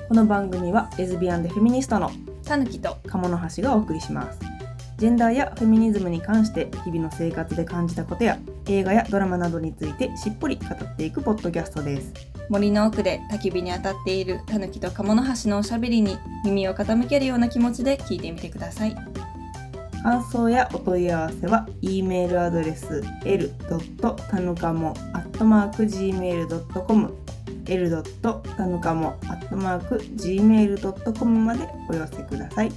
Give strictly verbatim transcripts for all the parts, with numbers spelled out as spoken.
この番組はレズビアンでフェミニストのたぬきと鴨の橋がお送りします。ジェンダーやフェミニズムに関して日々の生活で感じたことや映画やドラマなどについてしっぽり語っていくポッドキャストです。 森の奥で焚き火に当たっているたぬきと鴨の橋のおしゃべりに耳を傾けるような気持ちで聞いてみてください。 感想やお問い合わせは E メールアドレス エル たぬかも アットマーク ジーメール ドットコム エル たぬかも アットマーク ジーメール ドットコム までお寄せください。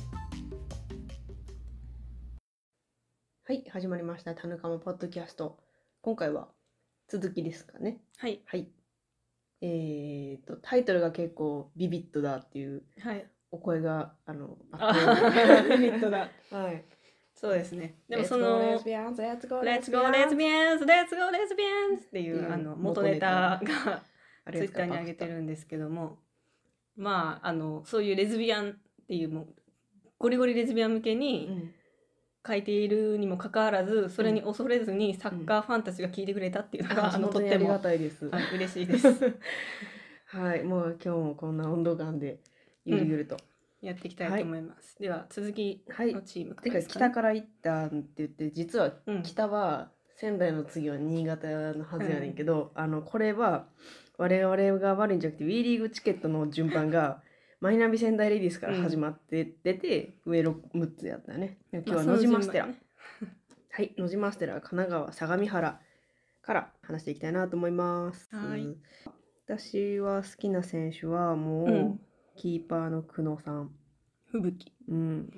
はい、始まりましたたぬかもポッドキャスト。今回は続きですかね。 はいはい。えーとタイトルが結構ビビッドだっていうお声があのあってビビッドだはい。 そうですね。でもその Let's go lesbians, Let's go Let's go lesbians, Let's go lesbians っていう、うん、あの元ネタがツイッターに上げてるんですけども、まああのそういうレズビアンっていうもうゴリゴリレズビアン向けに書いているにもかかわらず、うん、それに恐れずにサッカーファンたちが聞いてくれたっていうのが、うん、あのとってもありがたいです。はい、嬉しいです。はい、もう今日もこんな温度感でゆるゆると。うんやっていきたいと思います、はい、では続きのチームからですかね。てか北から行ったんって言って実は北は仙台の次は新潟のはずやねんけど、うん、あのこれは我々が悪いんじゃなくて WE リーグチケットの順番がマイナビ仙台レディースから始まって出て、うん、上むっつやったね。今日は野島ステラ、まあね、はい野島ステラ神奈川相模原から話していきたいなと思います。 はい。 私は好きな選手はもう、うんキーパーの久野さん、 吹雪、 うん、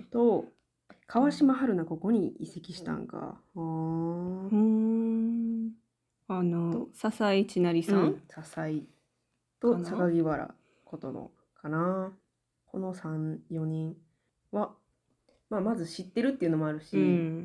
と川島春奈ここに移籍したんか。あーんあの笹井千成さん、うん、 笹井と榊原琴乃かな。このさん、よにんは、まあ、まず知ってるっていうのもあるし、うん、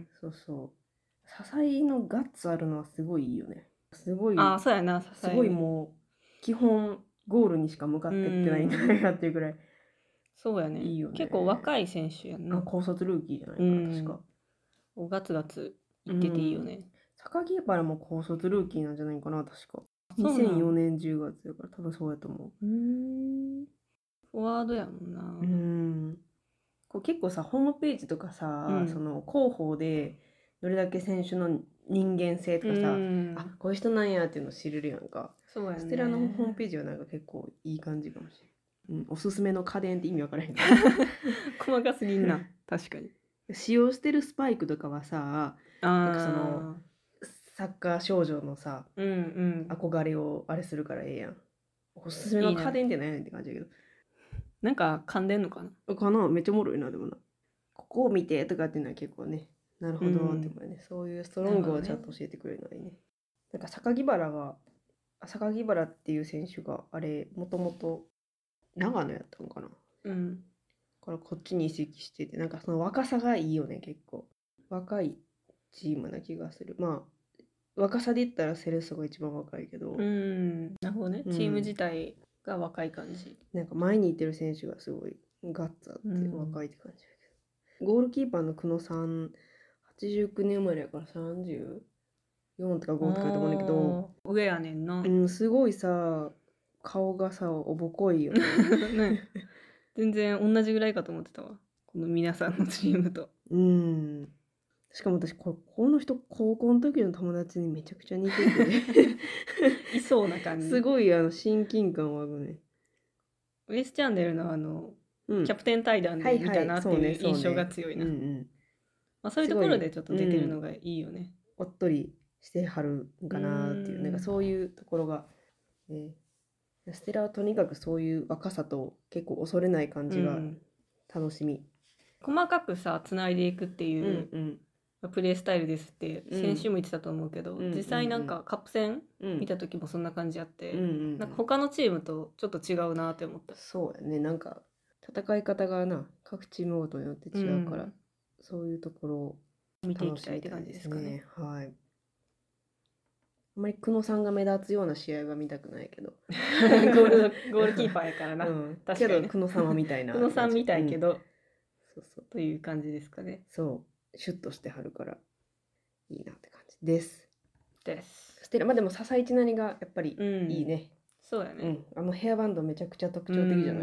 そうそう笹井のガッツあるのはすごいいいよね。すごいあそうやなすごいもう基本ゴールにしか向かってってないんじゃないかっていうぐらい、 そうやね。いいよね。結構若い選手やんな。 あ高卒ルーキーじゃないかな、確か。 おガツガツいってていいよね。 榊原も高卒ルーキーなんじゃないかな、確か。にせんよねんじゅうがつだから多分そうやと思う。 うーんフォワードやもんな。 うんこう結構さホームページとかさ、うん、その広報でどれだけ選手の人間性とかさ、あこういう人なんやっていうの知れるやんか。 そうやね。 ステラのホームページはなんか結構いい感じかもしれん。うん、おすすめの家電って意味わからへんけど細かすぎんな確かに。 使用してるスパイクとかはさなんかそのサッカー少女のさ、うんうん、憧れをあれするからええやん。おすすめの家電って何やねんって感じだけど。 なんか噛んでんのかなかなめっちゃおもろいな。でもなここを見てとかっていうのは結構ねなるほどって思うね、うん、そういうストロングをちゃんと教えてくれるのはいいね。なんか榊原が榊原っていう選手があれもともと長野やったのかな、うん、からこっちに移籍しててなんかその若さがいいよね。結構若いチームな気がする。まあ若さで言ったらセレッソが一番若いけど、 うんなるほどね、うん、チーム自体が若い感じ。 なんか前にいてる選手がすごいガッツあって若いって感じだけど、うん、ゴールキーパーの久野さんはちじゅうきゅうねん生まれやからさんじゅうよんとかごとかやと思うんだけど上やねんな、 うん、すごいさ顔がさおぼこいよねね全然同じぐらいかと思ってたわこの皆さんのチームと。 うんしかも私ここの人高校の時の友達にめちゃくちゃ似てていそうな感じ。 すごいあの親近感湧くね。 ウエスチャンネルのあの、うん、キャプテン対談で見たなっていう印象が強いな。そういうところでちょっと出てるのがいいよね。 うん、おっとりしてはるんかなっていうなんかそういうところが、ね、ステラはとにかくそういう若さと結構恐れない感じが楽しみ、 うん、細かくさつないでいくっていう、うんうんプレースタイルですって先週も言ってたと思うけど、うん、実際なんかカップ戦見た時もそんな感じあって、うん、なんか他のチームとちょっと違うなって思った。 そうやね。なんか戦い方がな各チームごとによって違うから、うん、そういうところを見ていきたいって感じですかね。 はい。あんまり久野さんが目立つような試合は見たくないけどゴールゴールキーパーやからな、うん、 確かに、ね、けど久野さんはみたいな久野さんみたいけど、うん、そうそうという感じですかね。 そうシュッとしてはるからいいなって感じです。 です。 ステラまあでも笹井千成がやっぱりいいね。 うん、そうやね、 うん。あのヘアバンドめちゃくちゃ特徴的じゃない？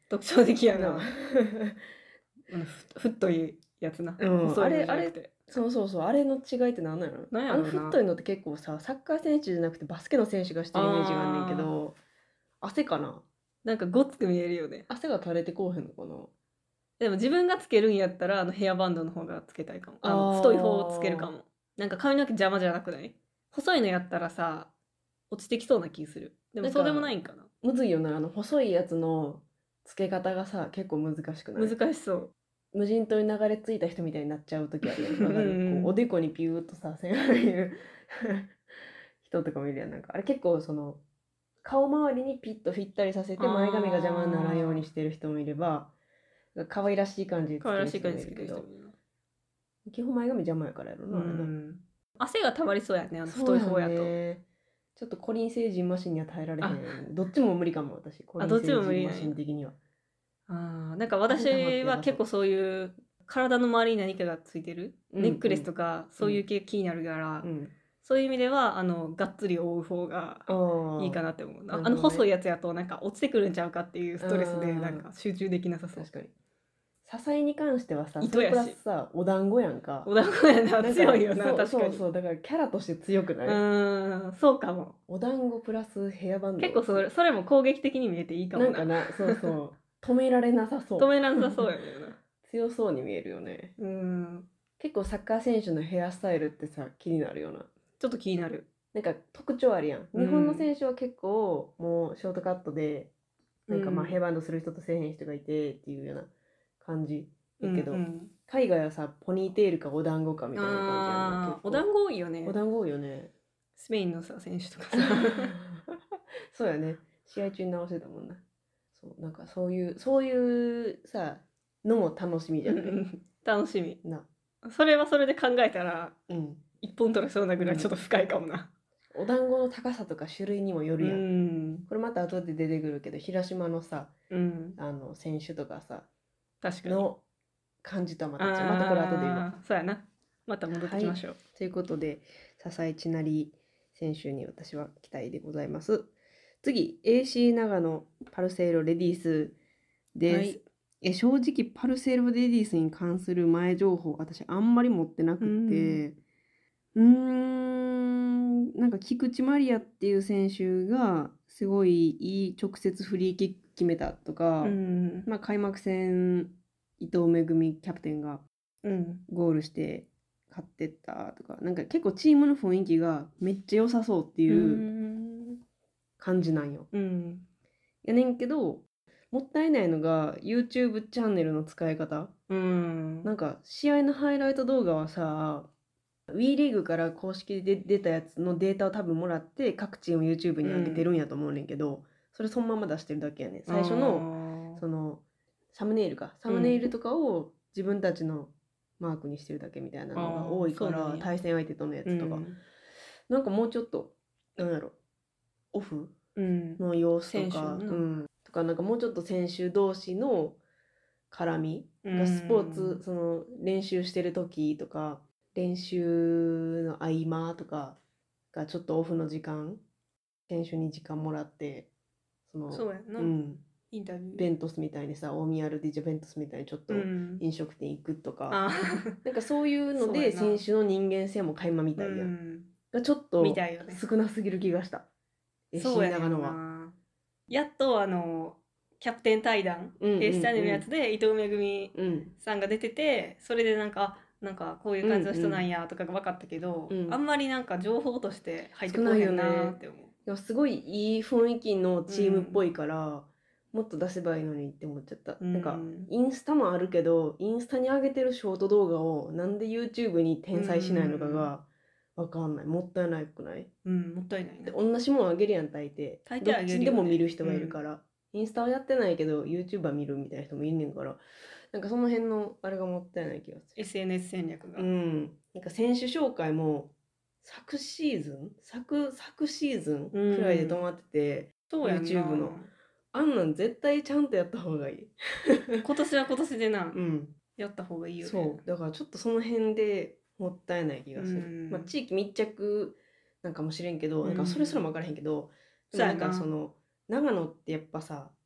特徴的やな。 なあのふ太いやつな。 うん細いのじゃなくてあれあれそうそうそうあれの違いって何なのなんやろうなあの太いのって結構さサッカー選手じゃなくてバスケの選手がしてるイメージがあんねんけど汗かななんかごっつく見えるよね。 汗が垂れてこうへんのかなでも自分がつけるんやったらあのヘアバンドの方がつけたいかも。あのあー太い方をつけるかも。なんか髪の毛邪魔じゃなくない？細いのやったらさ落ちてきそうな気する。でもそうでもないんかな。 むずいよなあの細いやつのつけ方がさ結構難しくない難しそう。 無人島に流れ着いた人みたいになっちゃう時あるやん。わかるうんこうおでこにピューっとさ線が入る人とかもいるやん。なんかあれ結構その顔周りにピッとフィッタリさせてあー前髪が邪魔にならんようにしてる人もいれば可愛らしい感じでつ可愛らしける人い感じつけもいるけどる人もいるな。 基本前髪邪魔やからやろうな、あれな。 ん。汗が溜まりそうやね、あのそう太い方やと。 ねちょっとコリン星人マシンには耐えられへん。どっちも無理かも私。コリンどっ星ちも無理なんや人マシン的には。 あーなんか私は結構そういう体の周りに何かがついてる、 うんネックレスとかそういう系気になるから、 うん。 そういう意味ではあのがっつり覆う方がああ。 いいかなって思うな。 なるほどねあの細いやつやとなんか落ちてくるんちゃうかっていうストレスでうんなんか集中できなさそう。 確かに。支えに関してはさ、 糸それやしプラスさ、お団子やんか。 お団子やな、 なんか強いよな、 そう確かに。 そうそう、だからキャラとして強くない、 うーん、そうかも。 お団子プラスヘアバンド。 結構それそれも攻撃的に見えていいかもな。 なんかな、そうそう。止められなさそう。 止めなさそうやねんな。 強そうに見えるよね。 うーん、 結構サッカー選手のヘアスタイルってさ、気になるよな。 ちょっと気になる。 なんか特徴あるやん。 うん日本の選手は結構もうショートカットで、なんかまあうんヘアバンドする人とせえへん人がいてっていうような感じだけど、 うんうん海外はさ、ポニーテールかお団子かみたいな感じやんなあー結構お団子多いよねお。団子多いよね。 スペインのさ選手とかさ。 そうやね。試合中に直してたもんな。そう、なんかそういう、そういうさ、のも楽しみじゃない楽しみ。 な。 それはそれで考えたらうん。 一本取れそうなぐらいちょっと深いかもな。 お団子の高さとか種類にもようるやん。 ん。 これまた後で出てくるけど、広島のさ、 うん。 あの、選手とかさ、 確かに。 の感じとはまた違う。またこれ後で言うわ。 あーそうやな。また戻ってきましょう。 ということで、笹井千成選手に私は期待でございます。次、エーシー 長野パルセイロレディースです。 はいえ正直、パルセイロレディースに関する前情報、私あんまり持ってなくて、うーん、なんか菊池マリアっていう選手がすごいいい直接フリーキック決めたとか、 うん。 まあ、開幕戦、伊藤めぐみキャプテンがうん。 ゴールして勝ってったとか、なんか結構チームの雰囲気がめっちゃ良さそうってう。 いうん感じなんよ。 うん。 やねんけど、もったいないのが YouTube チャンネルの使い方。 うん。 なんか試合のハイライト動画はさ、WE リーグから公式で出たやつのデータを多分もらって各チーム YouTube に上げてるんやと思うねんけど、それそのまま出してるだけやねん。最初ののそのサムネイルか。サムネイルとかを自分たちのマークにしてるだけみたいなのが多いから、 あーそうなんや対戦相手とのやうつとか。 ん。 なんかもうちょっと、なんやろ、オフうん。 の様子と選手か、 のうん、とかなんかもうちょっと選手同士の絡みがスポーツ、その練習してる時とか練習の合間とかがちょっとオフの時間選手に時間もらってそのそうやな。 うん、 インタビュー。 ベントスみたいにさ大宮ルディジャベントスみたいにちょっとうん。 飲食店行くとか、 あなんかそういうのでそうやな選手の人間性も垣間見たいやん、 うん。 がちょっとみたいよね少なすぎる気がした。 そうやエフシーねん長野は。 な。やっとあのキャプテン対談、 うんうんうんエースチャンネルのやつで伊藤めぐみうんさんが出てて、それでなんかなんかこういう感じの人なんやとかが分かったけど、 うんうんあんまりなんか情報として入ってこないなって思う。 でもすごいいい雰囲気のチームっぽいから、もっと出せばいいのにって思っちゃった、 うんなんかインスタもあるけどインスタに上げてるショート動画をなんで YouTube に転載しないのかがわかんない。もったいないくない？ うん、もったいないなで。同じもんあげるやん大抵大抵どっあげるよねちでも見る人がいるから、インスタはやってないけど YouTuber 見るみたいな人もいんねんから、なんかその辺のあれがもったいない気がする。 エスエヌエス 戦略が。 うんなんか選手紹介も昨シーズン昨昨シーズンくらいで止まってて、 そうやんな。 YouTube のあんなん絶対ちゃんとやった方がいい。 今年は今年でな、 うん、 やった方がいいよね。 そうだからちょっとその辺でもったいない気がする。 うんまあ、地域密着なんかもしれんけど、 うんなんかそれすらも分からへんけど、でもなんそうやなかその長野ってやっぱさ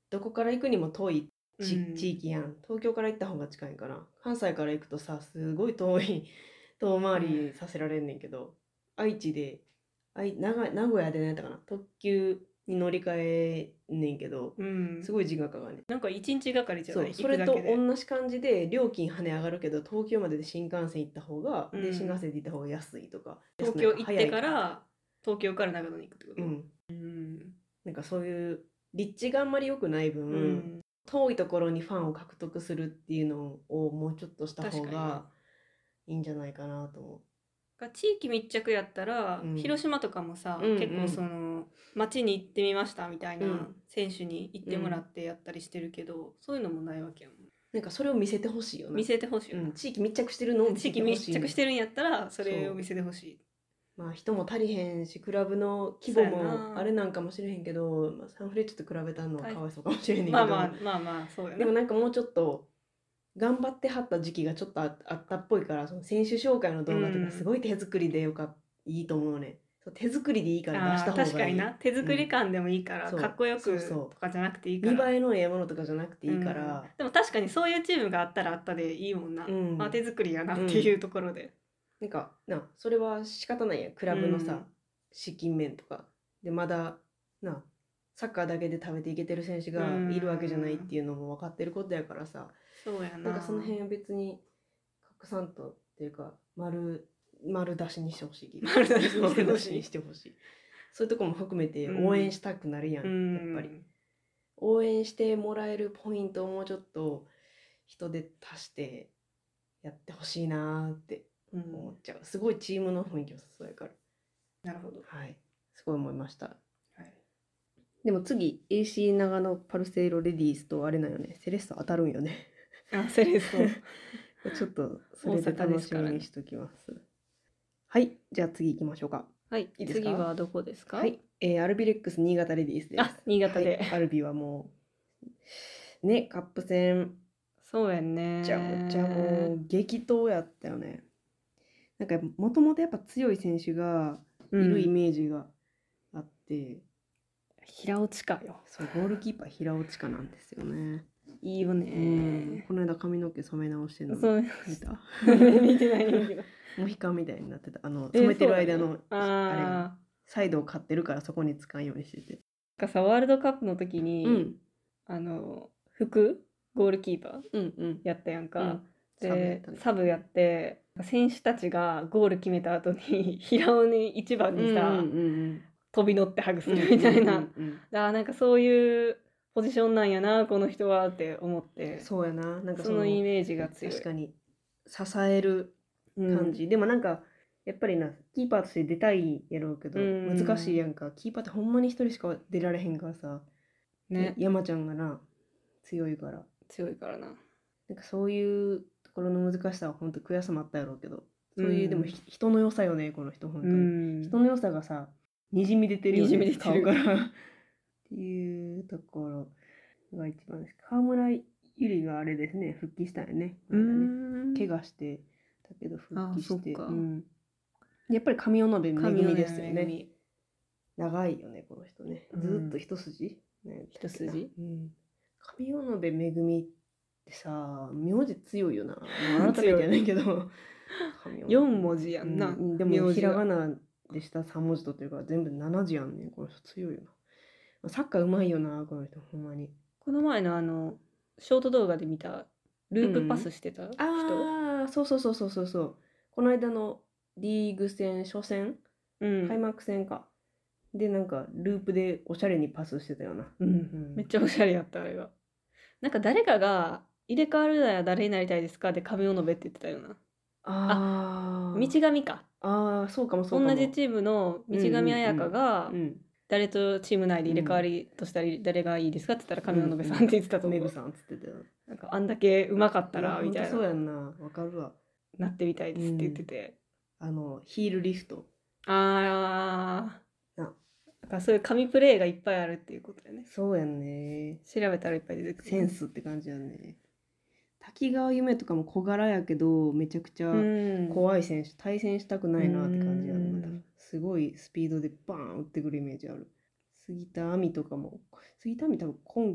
どこから行くにも遠い地,、 うん地域やん。東京から行った方が近いんかな。関西から行くとさ、すごい遠い遠回りさせられんねんけど、愛知で愛長名古屋でねたかな、特急に乗り換えんねんけど、 うんすごい時間かかるねん。 なんか一日がかりじゃない、 そう、それと行くだけで。 同じ感じで料金跳ね上がるけど、東京までで新幹線行った方が、 うんで新幹線で行った方が安いとか、 東京行ってか早いら東京から長野に行くってこと。 うん、 うんなんかそういう立地があんまり良くない分、 うん遠いところにファンを獲得するっていうのをもうちょっとした方確かにがいいんじゃないかなと思が地域密着やったら、 うん広島とかもさ、 うんうん結構その町に行ってみましたみたいな、 うん選手に行ってもらってやったりしてるけど、そういうのもないわけやもん。 う。なんかそれを見せてほしいよな。 見せてほしいよな、 うん、地域密着してるのを見地域せてほしい。 密着してるんやったらそれを見せてほしい。 まあ人も足りへんし、クラブの規模そうやもなあれなんかもしれへんけど、まあ、サンフレッチェと比べたのはかわいそうかもしれへんねんけど、 まあまあまあまあそうやな。 でもなんかもうちょっと頑張ってはった時期がちょっとああったっぽいから、その選手紹介の動画とうんかすごい手作りでよかっいいと思うね。そう手作りでいいから出した方がいい。 あー確かにな、手作り感でもいいから、 うんかっこよくそうそうとかじゃなくていいから。 見栄えのええものとかじゃなくていいから、 うんでも確かにそういうチームがあったらあったでいいもんな、 うんあ手作りやなっていうところで、 なんかなそれは仕方ないやん、クラブのさ、 うん資金面とかでまだなサッカーだけで食べていけてる選手がいるわけじゃないっていうのも分かってることやからさ、 そうやな。 なんかその辺は別に拡散とっていうか丸丸出しにしてほしい。 丸出しにしてほしい丸出しにしてほしい。そういうとこも含めて応援したくなるやん、 うんやっぱり応援してもらえるポイントをもうちょっと人で足してやってほしいなーってうん思っちゃう。すごいチームの雰囲気良さそうやから。 なるほど。 はい、すごい思いました。 はいでも次 エーシー 長野パルセイロレディースとあれなんよね、セレッソ当たるんよね。 あセレッソちょっとそれで楽しみにしときます。はい、じゃあ次行きましょうか。 はいいいですか次はどこですか。 はい、えーアルビレックス新潟レディースです。 あ新潟で、 はい、アルビはもうねカップ戦そうやんね。 じゃむちゃもう激闘やったよね。なんかもともとやっぱ強い選手がいるイメージがあって、 平尾千佳よ。 そうゴールキーパー平尾千佳なんですよね。 いいよね、 うんこの間髪の毛染め直してるのそう見た見てないんだけどモヒカンみたいになってた。あのえ染めてる間の、 そうだねあれあがサイドを買ってるからそこに使うようにしてて。 なんかさワールドカップの時に、 うんあの福ゴールキーパーうんうんやったやんか、 うんでサブやったねサブやって選手たちがゴール決めた後に平尾に一番にさ、 うんうんうん飛び乗ってハグすうんるみたいな、 うんうんうんだからなんかそういうポジションなんやなこの人はって思って、 そうやな、なんかそのイメージが強い。 確かに支える感じ、でもなんかやっぱりなキーパーとして出たいやろうけど、 うん難しいやんか。キーパーってほんまに一人しか出られへんからさ、 うん、ね山ちゃんがな強いから強いからな。 なんかそういうところの難しさは本当悔しさもあったやろうけど、そういう、 うんでもひ人の良さよねこの人本当うに、 ん人の良さがさにじみ出てるよね、 にじみ出てる顔からっていうところが一番です。川村ゆりがあれですね、復帰したよね。 うまだねん怪我してたけど復帰して、 あそっかうん、やっぱり神尾部めぐみですよね。 神尾め長いよねこの人ね、 うんずーっと一筋、ね一筋、 うん、神尾部めぐみってさ名字強いよな。もう改めてやないけど神尾よん文字やんな、 うん、で名字がもひらがなでしたさん文字取ってるから全部ななじやんねん。この人強いよな。サッカーうまいよなこの人ほんまに。 この前のあのショート動画で見たループパスしてた人、 ああそうそうそうそうそうそう、この間のリーグ戦初戦、 うん開幕戦かでなんかループでおしゃれにパスしてたよな。 うんうんめっちゃおしゃれやったあれが。なんか誰かが入れ替わるなら誰になりたいですかで神尾野部って言ってたよな。 ああ道上か。 ああそうかもそうかも。 同じチームの道上彩香がうん誰とチーム内で入れ替わりとしたら誰がいいですかって言ったら神尾野部さんって言ってたと思う。 メグさんっつってたよ。 なんかあんだけうまかったらみたいやほんとそうなやんな、わかるわ。 なってみたいですって言ってて、 あのヒールリフトああな、 だからそういう神プレーがいっぱいあるっていうことだよね。 そうやんね。 調べたらいっぱい出てくる。 センスって感じやんね。滝川夢とかも小柄やけどめちゃくちゃうん怖い選手、対戦したくないなって感じやんな。 うんすごいスピードでバーン打ってくるイメージある。杉田亜美とかも杉田亜美多分今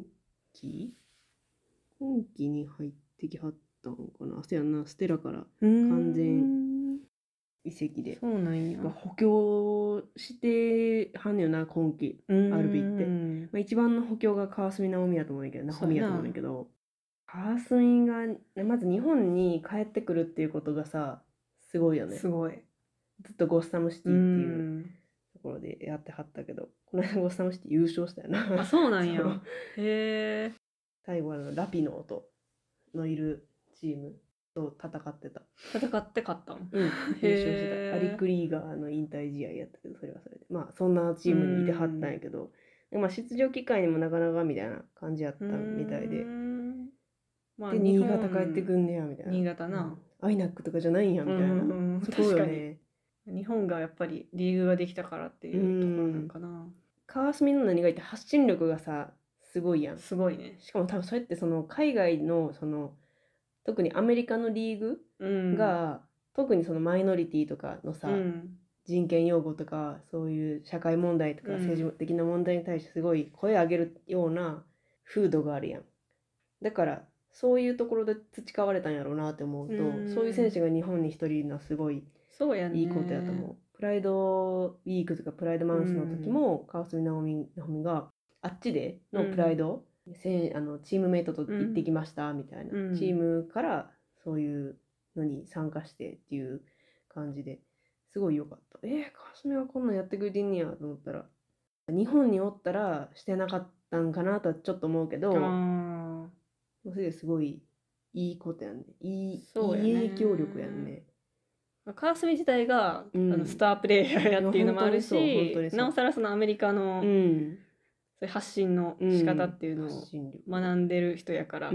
期今期に入ってきはったんかな。そうやんな、ステラから完完全移籍で。 そうなんや。 まあ、補強してはんねよな、今季。アールビーって。まあ、一番の補強が川澄直美やと思うんだけど、なほみやと思うんだけど、川澄が、まず日本に帰ってくるっていうことがさ、すごいよね。 すごい。 ずっとゴッサムシティっていうところでやってはったけど、この間ゴッサムシティ優勝したよな。 あ、そうなんや。 そうへえ。 最後はあのラピノーとのいるチームと戦ってた。 戦って勝ったん。 うん、優勝してた。アリクリーガーの引退試合やったけど、それはそれで。まあ、そんなチームにいてはったんやけど、まあ、出場機会にもなかなかみたいな感じやったみたいで。 まあ、 で、新潟帰ってくんねや、みたいな。 新潟な。 うんアイナックとかじゃないんや、みたいな。そこよね。 日本がやっぱりリーグができたからっていうところなんかな。 川澄の何がいて発信力がさ、すごいやん。 すごいね。 しかも多分そうやってその海外のその特にアメリカのリーグが、うん、特にそのマイノリティとかのさ、うん、人権擁護とかそういう社会問題とか政治的な問題に対してすごい声を上げるような風土があるやん。だからそういうところで培われたんやろうなって思うと、うん、そういう選手が日本に一人いるのはすごいそうや、ね、 いいことやと思う。プライドウィークとかプライドマンスの時も、うん、川澄直美があっちでのプライド、うん、あのチームメイトと行ってきましたみたいな、うん、チームからそういうのに参加してっていう感じですごい良かった。えー、川澄はこんなんやってくれてんねやと思ったら、日本におったらしてなかったんかなとはちょっと思うけど、それですごいいいことやんね。いい、そうやね、いい影響力やんね。 川澄自体が、うん、あのスタープレイヤーやっていうのもあるし、なおさらそのアメリカの、うん、そういう発信の仕方っていうのを学んでる人やから、うん、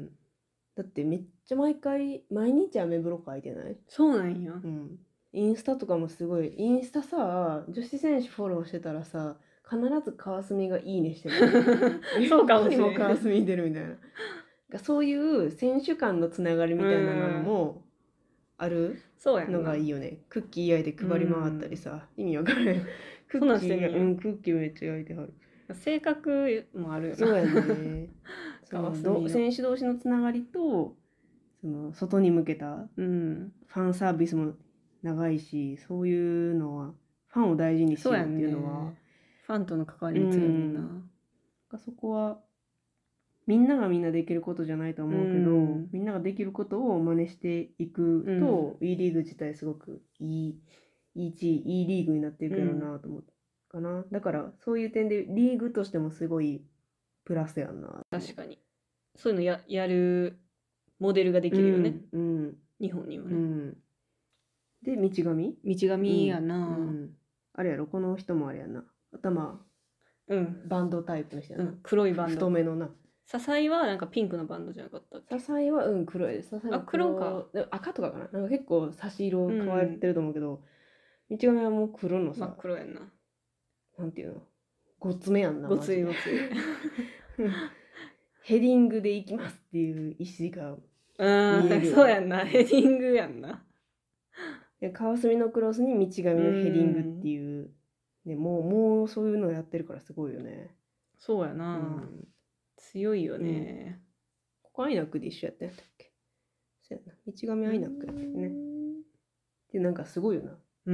だってめっちゃ毎回毎日アメブロ書いてない？ そうなんや、 うん、インスタとかもすごいインスタさ女子選手フォローしてたらさ必ず川澄がいいねしてるそうかもしれないも川澄出るみたいなそういう選手間のつながりみたいなのもあるのがいいよね。クッキー焼いて配り回ったりさ、意味わからないクッキー、うん、クッキーめっちゃ焼いてはる。 性格もあるよな。 そうやねその選手同士のつながりとその外に向けたファンサービスも長いし、そういうのはファンを大事にしようっていうのは、 ね、ファンとの関わりも強いもんな、 うん、そこはみんながみんなできることじゃないと思うけど、うん、みんなができることを真似していくと、うん、E リーグ自体すごくいいいいチいいリーグになっていくやろうなと思ったかな、うん、だからそういう点でリーグとしてもすごいプラスやんな。 確かにそういうの や, やるモデルができるよね、うんうん、日本にはね、うん、 で道神道神やな、うんうん、あれやろこの人もあれやな頭、うん、バンドタイプの人やな、うん、 黒いバンド太めのな。 笹井はなんかピンクのバンドじゃなかったっけ？ 笹井はうん黒いです。笹井は黒か赤とかかな。なんか結構差し色変わってると思うけど、道神はもう黒のさ、 真っ黒やんな。 なんていうの？ごつめやんな。 ごついごつい。 ヘディングでいきますっていう意思が見える。そうやんな。ヘディングやんな。 川澄のクロスに道神のヘディングっていう、ね、もうもうそういうのやってるからすごいよね。 そうやな。うん強いよね、 うん、ここアイナックで一緒やったんやったっけ？そうやな。道神アイナックやったよね。でなんかすごいよな。うん。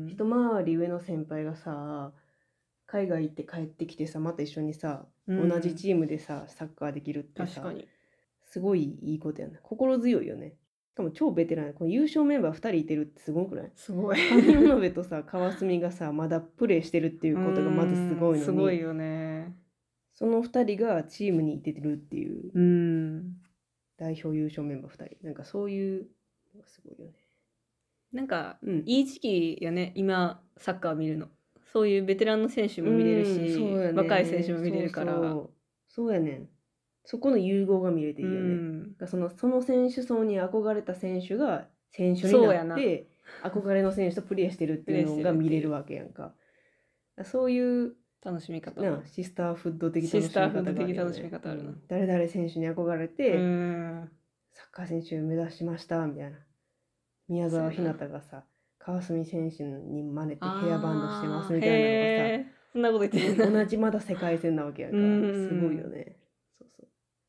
一回り上の先輩がさ、海外行って帰ってきてさ、また一緒にさ、うん、同じチームでさ、サッカーできるってさ、 確かにすごいいいことやな。心強いよね。しかも超ベテラン。この優勝メンバーふたりいてるってすごくない？ すごい。 上野辺とさ、川澄がさ、まだプレーしてるっていうことがまずすごいのに。 すごいよね。 そのふたりがチームにいてるっていう、うん、代表優勝メンバーふたりなんかそういうのがすごいよね。 なんか、うん、いい時期やね今サッカー見るの。そういうベテランの選手も見れるし、うん、若い選手も見れるから。 そうそうそうやねん。そこの融合が見れていいよね。うん、そのその選手層に憧れた選手が選手になって憧れの選手とプレーしてるっていうのが見れるわけやんか。そういう楽しみ方なシスターフッド的楽しみ方があるよね。 シスターフッド的楽しみ方あるな、うん、 誰々選手に憧れてサッカー選手を目指しましたみたいな。宮澤ひなたがさ川澄選手に真似てヘアバンドしてますみたいなのがさそんなこと言ってる同じまだ世界線なわけやんかすごいよね。そうそう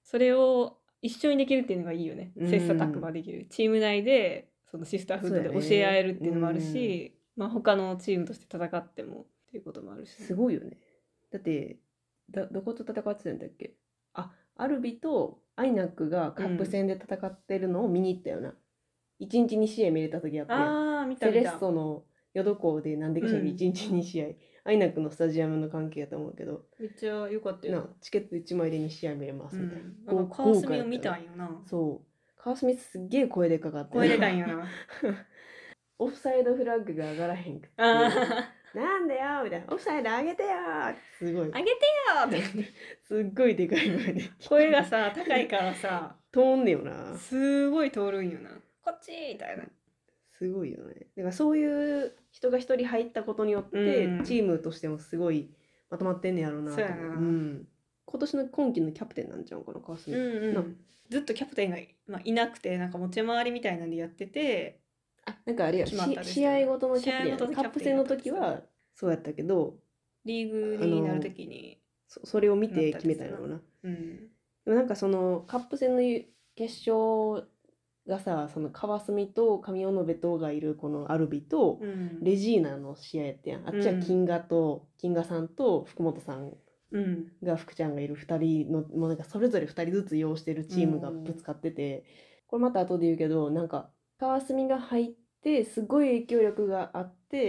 それを一緒にできるっていうのがいいよね。 うん切磋琢磨できる。チーム内でそのシスターフードで教え合えるっていうのもあるし、まあ他のチームとして戦ってもっていうこともあるし、 すごいよね。だってだどこと戦ってたんだっけ。あ、アルビとアイナックがカップ戦で戦ってるのを見に行ったよな。いちにちに試合見れた時あって、 ああ見たセ見た。 レッソの淀港でなんでかしらいちにちに試合、アイナックのスタジアムの関係やと思うけど、 めっちゃ良かったよなチケットいちまいでに試合見れますみたいな。 うん、なんか川澄を見たんよな。 そう川澄すっげえ声でかかって声でかいんよな。 オフサイドフラッグが上がらへんくてなんでよみたいな、オフサイド上げてよすごい上げてよってすっごいでかい声で声がさ高いからさ通んねよな、 すごい通るんよな、こっちみたいな。 すごいよね。だからそういう人が一人入ったことによって、 うんチームとしてもすごいまとまってんねやろうなと思う。 そうやなうん、今年の今季のキャプテンなんちゃうかな川澄、 うんう、 なんずっとキャプテンが、まあ、いなくてなんか持ち回りみたいなんでやってて、 あ、なんかあれや決まったですし試合ごとのキャプテンや試合ごとのカップ戦の時はそうやったけど、 リーグになるときに、 そそれを見て決めたんやろうな。 うん、 でもなんかそのカップ戦の決勝がさ、その川澄と上尾野とがいるこのアルビとうん、 レジーナの試合やってやん。あっちは金賀と金賀さんと福本さんうんが福ちゃんがいるふたりのもうなんかそれぞれふたりずつ擁してるチームがぶつかってて、これまた後で言うけど、なんか川澄が入ってすごい影響力があって、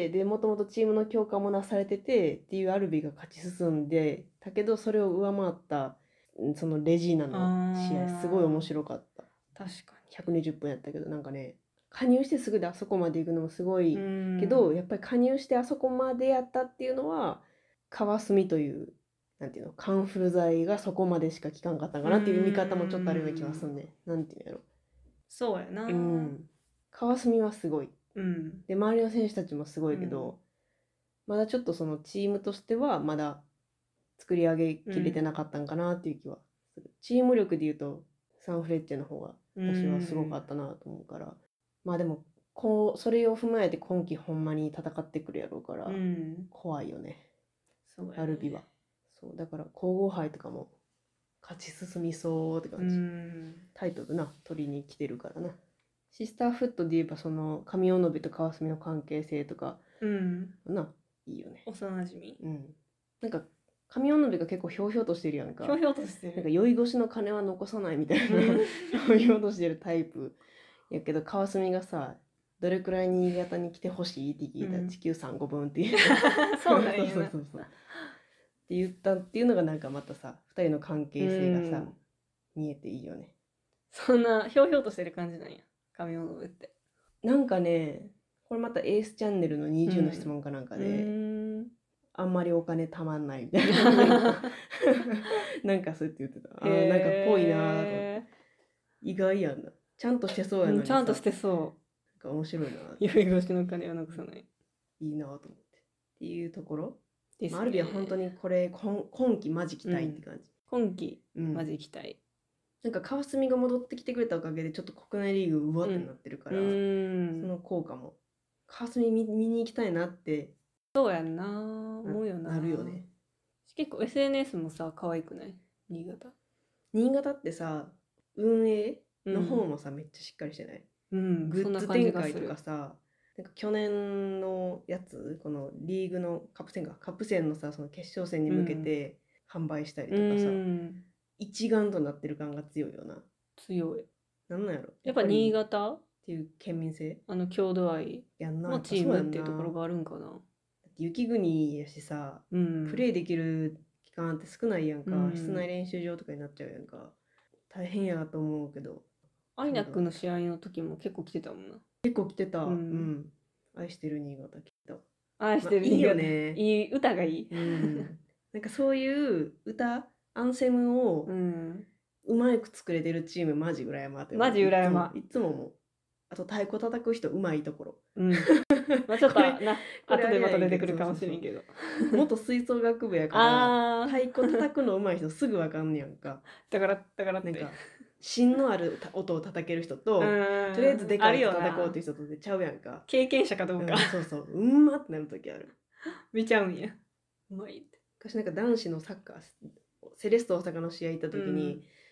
でもともとチームの強化もなされててっていうアルビが勝ち進んで、だけどそれを上回ったそのレジーナの試合すごい面白かった。 確かひゃくにじゅっぷんやったけど、なんかね加入してすぐであそこまで行くのもすごいにけど、やっぱり加入してあそこまでやったっていうのは川澄というなんていうのカンフル剤がそこまでしか効かんかったんかなっていう見方もちょっとあるような気がするね。なんていうんやろ。 そうやな、 うん。川澄はすごい。 うん、 で周りの選手たちもすごいけど、 うんまだちょっとそのチームとしてはまだ作り上げきれてなかったんかなっていう気はする。チーム力でいうとサンフレッチェの方が私はすごかったなと思うから、まあでもこうそれを踏まえて今季ほんまに戦ってくるやろうから、 うん、 怖いよね、 そうやねアルビは。そうだから皇后杯とかも勝ち進みそうって感じ、 うん、 タイトルな取りに来てるからな。シスターフットで言えばその上尾野と川澄の関係性とかうん、 ないいよね。 幼馴染みうん、なんか上尾野が結構ひょうひょうとしてるやんか。 ひょうひょうとしてる。 なんか酔い越しの金は残さないみたいなうんひょうひょうとしてるタイプやけど、川澄がさどれくらい新潟に来てほしいって聞いたら、 うん地球さんごぶんっていうそうなんやなそうそうそうって言ったっていうのがなんかまたさふたりの関係性がさ、 うん見えていいよね。 そんなひょうひょうとしてる感じなんや上尾の上って。 なんかねこれまたエースチャンネルのにじゅうの質問かなんかで、 うんあんまりお金たまんないみたいななんかそうやって言ってた。あーなんかっぽいなーと思ってへ意外やんな。ちゃんとしてそうやーのにさ、 うんちゃんとしてそなんか面白いなう。酔い越しの金はなくさないいいなと思ってっていうところ、 ですね。 まあ、アルビは本当にこれ今今季マジ期待って感じ、 今季うんマジ行きたい。 なんか川澄が戻ってきてくれたおかげでちょっと国内リーグうわってなってるから、 うんその効果も川澄見見に行きたいなってそうやんな思うよな。 なるよね。 結構 エスエヌエス もさ可愛くない新潟。 新潟ってさ運営の方うんもさ、めっちゃしっかりしてない、 うん、 グッズそんな感じ展開がするとかさ、なんか去年のやつこのリーグのカップ戦がカップ戦のさその決勝戦に向けて販売したりとかさ、 うん一丸となってる感が強いよな。 強い。 なんなんやろやっぱ新っ潟ていう県民性あの郷土愛やんな。 のチームっていうところがあるんかな。 雪国やしさ、 うん、 プレーできる期間って少ないやんか、 うん室内練習場とかになっちゃうやんか。大変やと思うけどアイナックの試合の時も結構来てたもんな。 結構来てた、 ううんん愛してる新潟来てた。 愛してるまあいいよねいい歌がいい。 うんなんかそういう歌アンセムをうんうまく作れてるチームマジ羨まってマジ羨まいつもいつも思う。あと太鼓叩く人うまいところうん、まあちょっとこれなこれ後でまた出てくあれやんけどるかもしれんけど。 元吹奏楽部やからあー太鼓叩くのうまい人すぐわかんねやんか。 だからだからってなんか芯のある音を叩ける人と、 うんとりあえずでかい音あるよな叩こうっていう人とでちゃうやんか。 経験者かどうか、 うんそうそううんまってなる時ある。 見ちゃうんや。うまいって。 昔なんか男子のサッカーセレッソ大阪の試合行った時に、 うん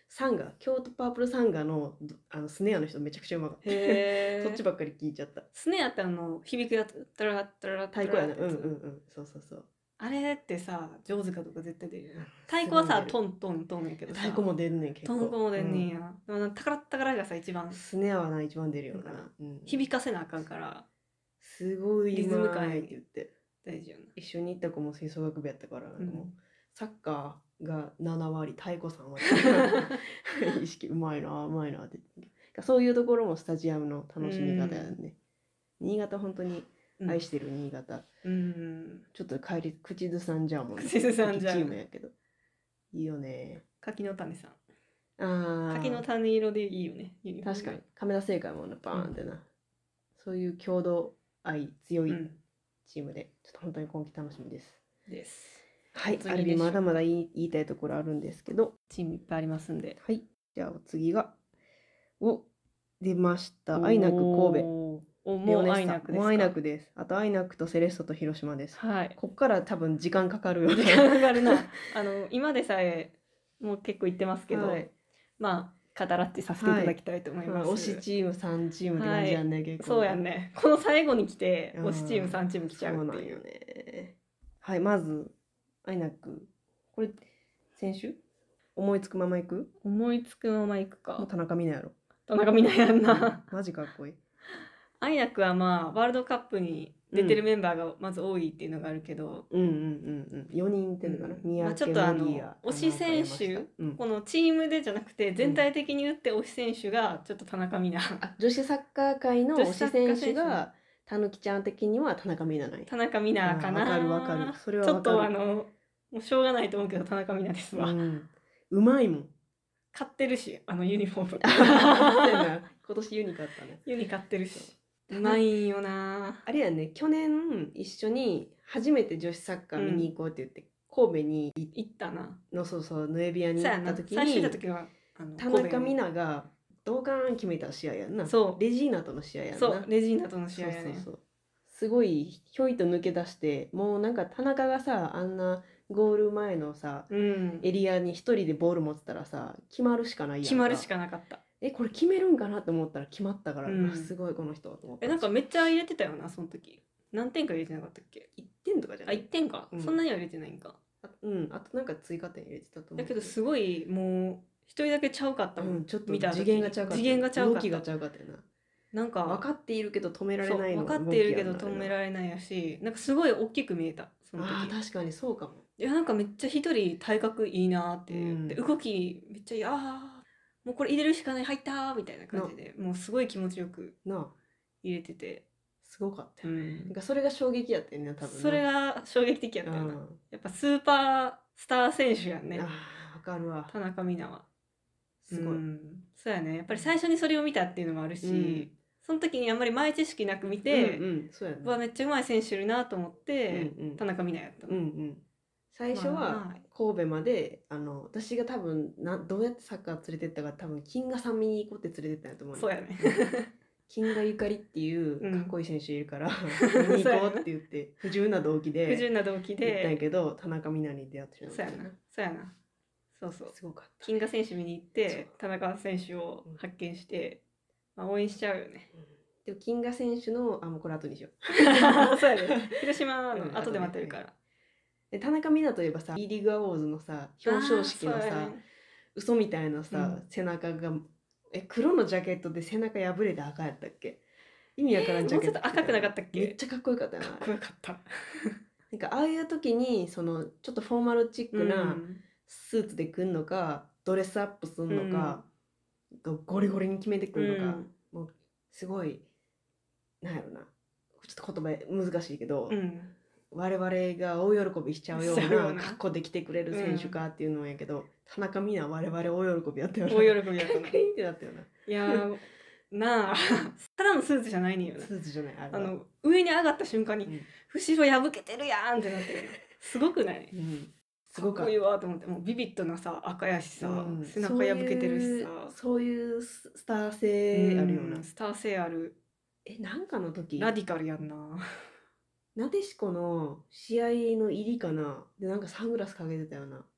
サンガ京都パープルサンガのあのスネアの人めちゃくちゃうまかった。 へーそっちばっかり聞いちゃった。 スネアってあの響くやつタラッタラッタ太鼓やな。 ラッってやつうんうんうん。そうそうそう。 あれってさ上手かとか絶対出るよね。 うん太鼓はさすごい出るトントントンやけどさ太鼓も出んねん結構。 トンコも出んねんうや。でもタカラッタカラがさ一番スネアはな一番出るよな。うん響かせなあかんからすごいリズム感うまいって言って大事よな。 一緒に行った子も吹奏楽部やったから、なんかもううんサッカーがなな割太鼓さん割意識うまいなうまいなって言ってそういうところもスタジアムの楽しみ方やね。新潟本当に愛してる新潟、 うんちょっと帰り口ずさんじゃうもんね。 口ずさんじゃうチームやけどいいよね。 柿の種さんああ柿の種色でいいよねユニフォーム確かに亀田正解もねバーンってな、そういう郷土愛強いうんチームで、ちょっと本当に今季楽しみです。 ですはい、 次アルビでしょまだまだ言い言いたいところあるんですけど、 チームいっぱいありますんではい、じゃあお次が、お出ました。アイナック神戸。 おおレオネッサもうアイナックですか。 もうアイナックです。あとアイナックとセレッソと広島です。 はいこっから多分時間かかるよね。 時間かかるなあの今でさえもう結構言ってますけど、 はいまあ語らってさせていただきたいと思います、 まあ、推しチームさんチームって感じやんね、結構。 そうやんねこの最後に来てうん推しチームさんチーム来ちゃうっていうそうなんよね。はい、まずアイナック。これ先週思いつくまま行く思いつくまま行くかもう田中美奈やろ。 田中美奈やんなマジかっこいい。 アイナックはまあワールドカップに出てるメンバーがまず多いっていうのがあるけど、 うんうんうんうん。よにんっていうのかな。 うん宮まあ、ちょっとあの森谷推し選手、 田中山下うんこのチームでじゃなくて全体的に言って推し選手がちょっと田中美奈、 あ女子サッカー界の推し女子サッカー選選手手がたぬきちゃん的には田中美奈ない。 田中美奈かな。 あーわかるわかるそれはちょっわかるとあのもうしょうがないと思うけど田中美奈ですわ、 うん、うまいもん。 買ってるしあのユニフォームそうやな今年ユニ買ったね。 ユニ買ってるしうまいんよな。 あれやね、去年一緒に初めて女子サッカー見に行こうって言って、神戸に行ったな。 のそうそうヌエビアにそうやな行った時最初行にった時はあの田中美神戸に奈がドカーン決めた試合やんな。 そうレジーナとの試合やんな。 そうレジーナとの試合やね。 そうそうそうすごいひょいと抜け出して、もうなんか田中がさあんなゴール前のさうんエリアに一人でボール持ってたらさ決まるしかないやんか。 決まるしかなかった。 えこれ決めるんかなと思ったら決まったから、 うんうわすごいこの人と思ったえなんかめっちゃ入れてたよなその時。何点か入れてなかったっけ。 いってんとかじゃあないいってんか、 うんそんなには入れてないんか。 あうんあとなんか追加点入れてたと思うだけどすごいもう一人だけちゃうかったもん、 うんちょっと見た時次元がちゃうかった次元がちゃうかった動きがちゃうかったよな。 なんか分かっているけど止められそうないの分かっているけど動きやな止められないやしなんかすごい大きく見えたその時。 あー確かにそうかも。 いやなんかめっちゃ一人体格いいなって、 うんで動きめっちゃいい、あーもうこれ入れるしかない入ったーみたいな感じでもうすごい気持ちよくなあ入れてて、 すごかったよ、 うんなんかそれが衝撃やったよね多分ねそれが衝撃的やったよな、 うんやっぱスーパースター選手やんねあーわかるわ田中美奈は。 すごい、 うんそうやねやっぱり最初にそれを見たっていうのもあるし、 うんその時にあんまり前知識なく見て、 うんうんそうやねうわめっちゃうまい選手いるなと思って、 うんうん田中美奈やったの、 うんうん最初まはあ神戸まであの私が多分などうやってサッカー連れてったか多分金賀さん見に行こうって連れてったんやと思うねそうやね金賀ゆかりっていううんかっこいい選手いるから、見に行こうって言って不純な動機で不純な動機行ったんやでけど田中美奈に出会ってしまっそうやなたよなそうやなそうそうすごかった、 金賀選手見に行って田中選手を発見して、まあ、応援しちゃうよねうんでも金賀選手のあもうこれ後にしようそうやね広島うんの後で待ってるから、 で田中美奈といえばさ B リーグアウォーズのさ表彰式のさ、 あーそうやね嘘みたいなさ、 うん背中がえ黒のジャケットで背中破れて赤やったっけ意味わからんジャケット着てたよ、 もうちょっと赤くなかったっけめっちゃかっこよかったよなかっこよかったなんかああいう時にそのちょっとフォーマルチックうなんスーツで来んのか、ドレスアップすんのか、ゴリゴリに決めてくるのか、もうすごいなんやろなちょっと言葉難しいけど、 うんうん我々が大喜びしちゃうようしちゃうようなな格好で来てくれる選手かっていうのやけど、田中美奈は我々大喜びやったよな大喜びやったなかっこいいってなったよないやーなあただのスーツじゃないねんよなスーツじゃないあれはあの上に上がった瞬間に、 うん後ろ破けてるやんってなってるすごくないうんすすごかったごくいいわと思ってもうビビッドなさ赤やしさ、 うん背中破けてるしさそういうそういうススター性あるような、 うんスター性あるえなんかの時ラディカルやんななでしこの試合の入りかなでなんかサングラスかけてたよな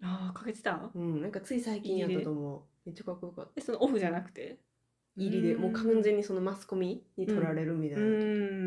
ああ、かけてた？ うんなんかつい最近やったと思う。めっちゃかっこよかった。 え、そのオフじゃなくて入りでもう完全にそのマスコミに撮られるみたいな時、 うん、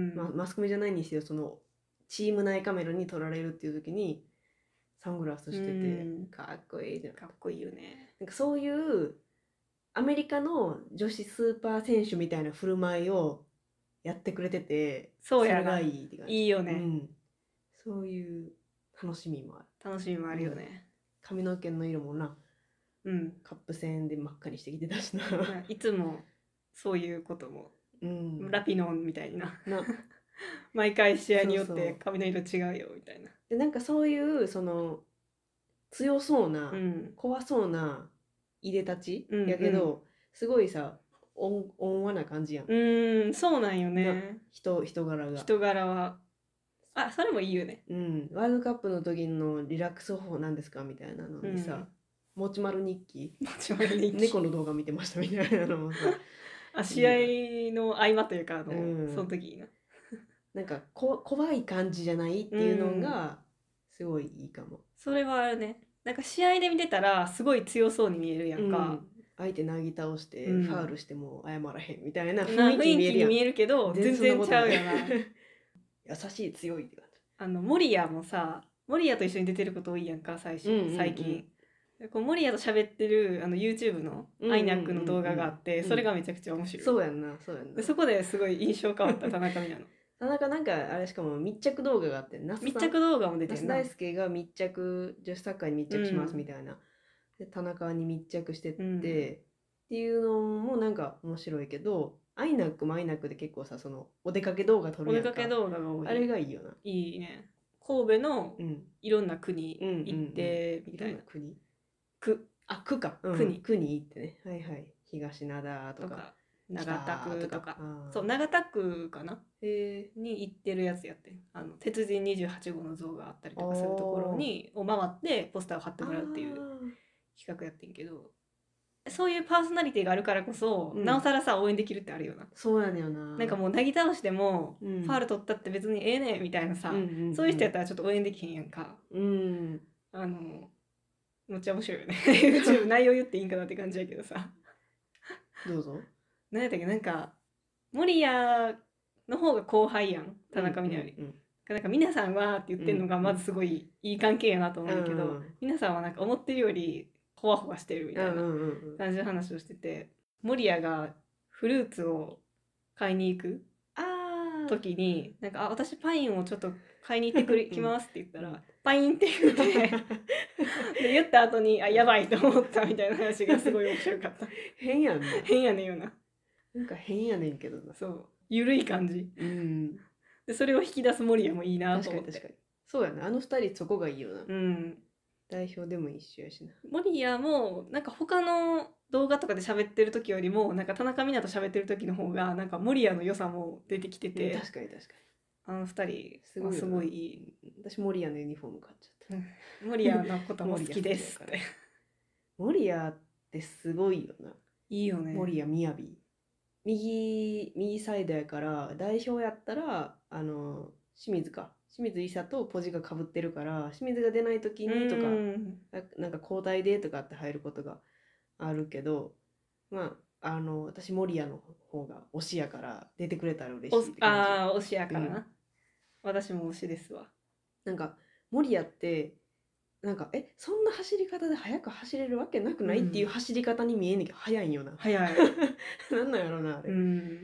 まあ、マスコミじゃないにせよそのチーム内カメラに撮られるっていう時にサングラスしてて、 うんかっこいいじゃん。 かっこいいよね。 なんかそういうアメリカの女子スーパー選手みたいな振る舞いをやってくれてて、 そうやな、 れがいいって感じ。 いいよね、 うん、そういう楽しみもある。 楽しみもあるよね、 うん、髪の毛の色もな、 うん、 カップ線で真っ赤にしてきてたしな。 いつもそういうことも、うん、ラピノンみたいになな毎回試合によって髪の色違うよみたいな。 でなんかそういうその強そうな、うん、怖そうないでたち、うん、やけど、うん、すごいさ温和な感じやん。 うんそうなんよね。 人人柄が。 人柄はあそれもいいよね。 うん、ワールドカップの時のリラックス方法なんですかみたいなのにさ、うん、もちまる日記もちまる日記猫の動画見てましたみたいなのもさあ試合の合間というかあの、うん、その時にななんかこ怖い感じじゃないっていうのがすごいいいかも、うん、 それはあるね。なんか試合で見てたらすごい強そうに見えるやんか、うん、 相手なぎ倒してファウルしても謝らへんみたいな雰囲気に見えるやん、見えるけど全然ちゃうよな優しい強いって感じ。 あの守谷もさ守谷と一緒に出てること多いやんか最初、うんうんうん、最近こう守谷と喋ってるあの YouTube のアイナックの動画があって、うんうんうんうん、それがめちゃくちゃ面白い。 そうやんなそうやんな。 でそこですごい印象変わった田中美奈の田中なんかあれしかも密着動画があって密着動画も出てるな。 那須大輔が密着女子サッカーに密着しますみたいな、うん、で田中に密着してって、うん、っていうのもなんか面白いけどアイナックもアイナックで結構さそのお出かけ動画撮るやんか。 お出かけ動画が多い。 あれがいいよな。 いいね。神戸のいろんな国行ってみたいな、うんうんうん、いろんな国区あ区か、うん、区に区に行ってねはいはい東灘とかとか長田区とかそう長田区かなに行ってるやつやってあの鉄人にじゅうはち号の像があったりとかするところにを回ってポスターを貼ってもらうっていう企画やってんけどそういうパーソナリティがあるからこそ、うん、なおさらさ応援できるってあるよな。 そうやねよな。 なんかもうなぎ倒しても、うん、ファール取ったって別にええねんみたいなさ、うんうんうん、そういう人やったらちょっと応援できへんやんか。うん、あのめっちゃ面白いよねYouTube 内容言っていいんかなって感じやけどさどうぞ。 何やったっけなんか守谷の方が後輩やん田中みなより、うんうんうん、なんか皆さんはって言ってんのがまずすごいいい関係やなと思うんだけど、うんうん、皆さんはなんか思ってるよりほわほわしてるみたいな感じの話をしてて、守谷がフルーツを買いに行く時になんかあ私パインをちょっと買いに行ってくれきますって言ったらパインって言ってで言った後にあやばいと思ったみたいな話がすごい面白かった変やね変やねんよな。 なんか変やねんけどな。 そうゆるい感じ、うん、でそれを引き出す守谷もいいなと思って。確かに確かにそうやねあの二人そこがいいよな。うん代表でも一緒やしな。 守谷もなんか他の動画とかで喋ってる時よりもなんか田中美奈と喋ってる時の方がなんか守谷の良さも出てきてて、 うん、確かに確かにあの二人すごいすごいいい。 私守谷のユニフォーム買っちゃった、 守谷のことも好きですって守谷ってすごいよな。 いいよね。 守谷みやび右右サイドやから代表やったらあの清水か清水梨沙とポジがかぶってるから清水が出ない時にとか、うん、なんか交代でとかって入ることがあるけどまああの私守谷の方が推しやから出てくれたら嬉しいって感じ。 ああ推しやからな、うん、私も推しですわ。 なんか守谷ってなんかえそんな走り方で速く走れるわけなくない、うん、っていう走り方に見えんねんけど速いんよな。 速いなんなんやろなあれ、うん、